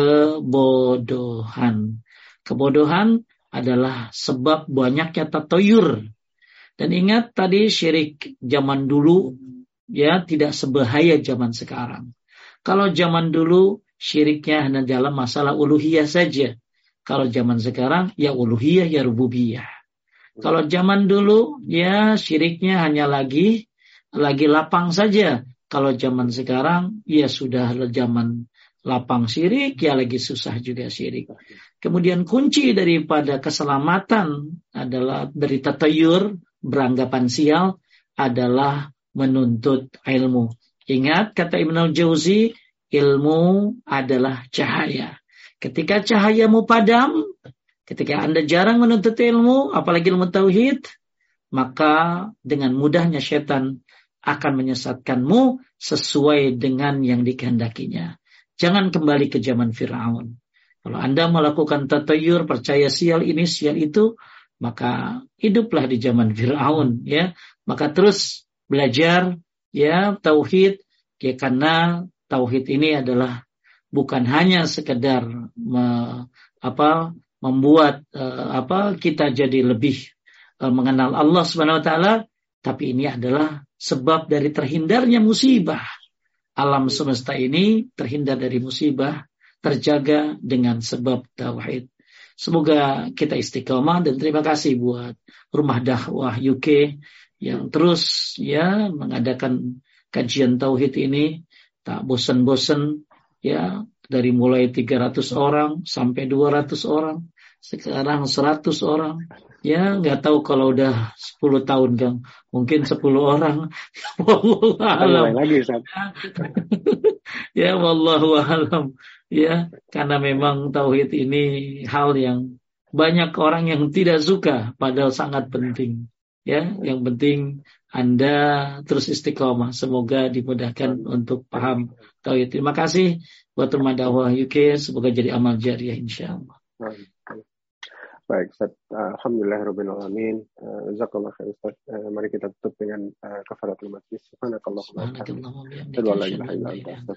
kebodohan. Kebodohan adalah sebab banyaknya tatayur. Dan ingat tadi syirik zaman dulu ya tidak sebahaya zaman sekarang. Kalau zaman dulu syiriknya hanya dalam masalah uluhiyah saja. Kalau zaman sekarang ya uluhiyah ya rububiyah. Kalau zaman dulu ya syiriknya hanya lagi lagi lapang saja. Kalau zaman sekarang ya sudah zaman lapang syirik ya lagi susah juga syirik. Kemudian kunci daripada keselamatan adalah dari tatayur, beranggapan sial, adalah menuntut ilmu. Ingat kata Ibn al-Jauzi, ilmu adalah cahaya. Ketika cahayamu padam, ketika Anda jarang menuntut ilmu, apalagi ilmu tauhid, maka dengan mudahnya setan akan menyesatkanmu sesuai dengan yang dikehendakinya. Jangan kembali ke zaman Firaun. Kalau Anda melakukan tatayur, percaya sial ini, sial itu, maka hiduplah di zaman Firaun, ya. Maka terus belajar, ya, tauhid, ya, karena tauhid ini adalah bukan hanya sekedar me, apa membuat uh, apa kita jadi lebih uh, mengenal Allah Subhanahu wa taala, tapi ini adalah sebab dari terhindarnya musibah. Alam semesta ini terhindar dari musibah, terjaga dengan sebab tauhid. Semoga kita istiqomah, dan terima kasih buat Rumah Dakwah U K yang terus ya mengadakan kajian tauhid ini tak bosan-bosan ya, dari mulai tiga ratus orang sampai dua ratus orang, sekarang seratus orang. Ya, nggak tahu kalau udah sepuluh tahun, Kang. Mungkin sepuluh orang. Wallahu a'lam. lagi, Ustaz. Ya, wallahu a'lam. Ya, karena memang tauhid ini hal yang banyak orang yang tidak suka, padahal sangat penting. Ya, yang penting Anda terus istiqomah. Semoga dimudahkan untuk paham tauhid. Terima kasih buat Rumah Dakwah U K. Semoga jadi amal jariah insyaallah. Baik, Ustaz. Alhamdulillahirabbil alamin. Jazakallahu khair, Ustaz. Mari kita tutup dengan uh, kafaratul majlis. Subhanakallahumma wa bihamdika.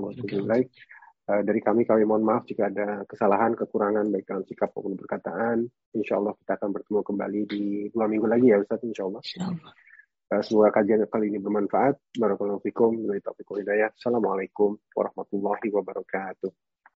Dari kami, kami mohon maaf jika ada kesalahan, kekurangan baik dalam sikap maupun perkataan. Insya Allah kita akan bertemu kembali di dua minggu lagi ya, Ustaz. Insya Allah. Uh, semoga kajian kali ini bermanfaat. Barakallahu fikum. Assalamualaikum warahmatullahi wabarakatuh.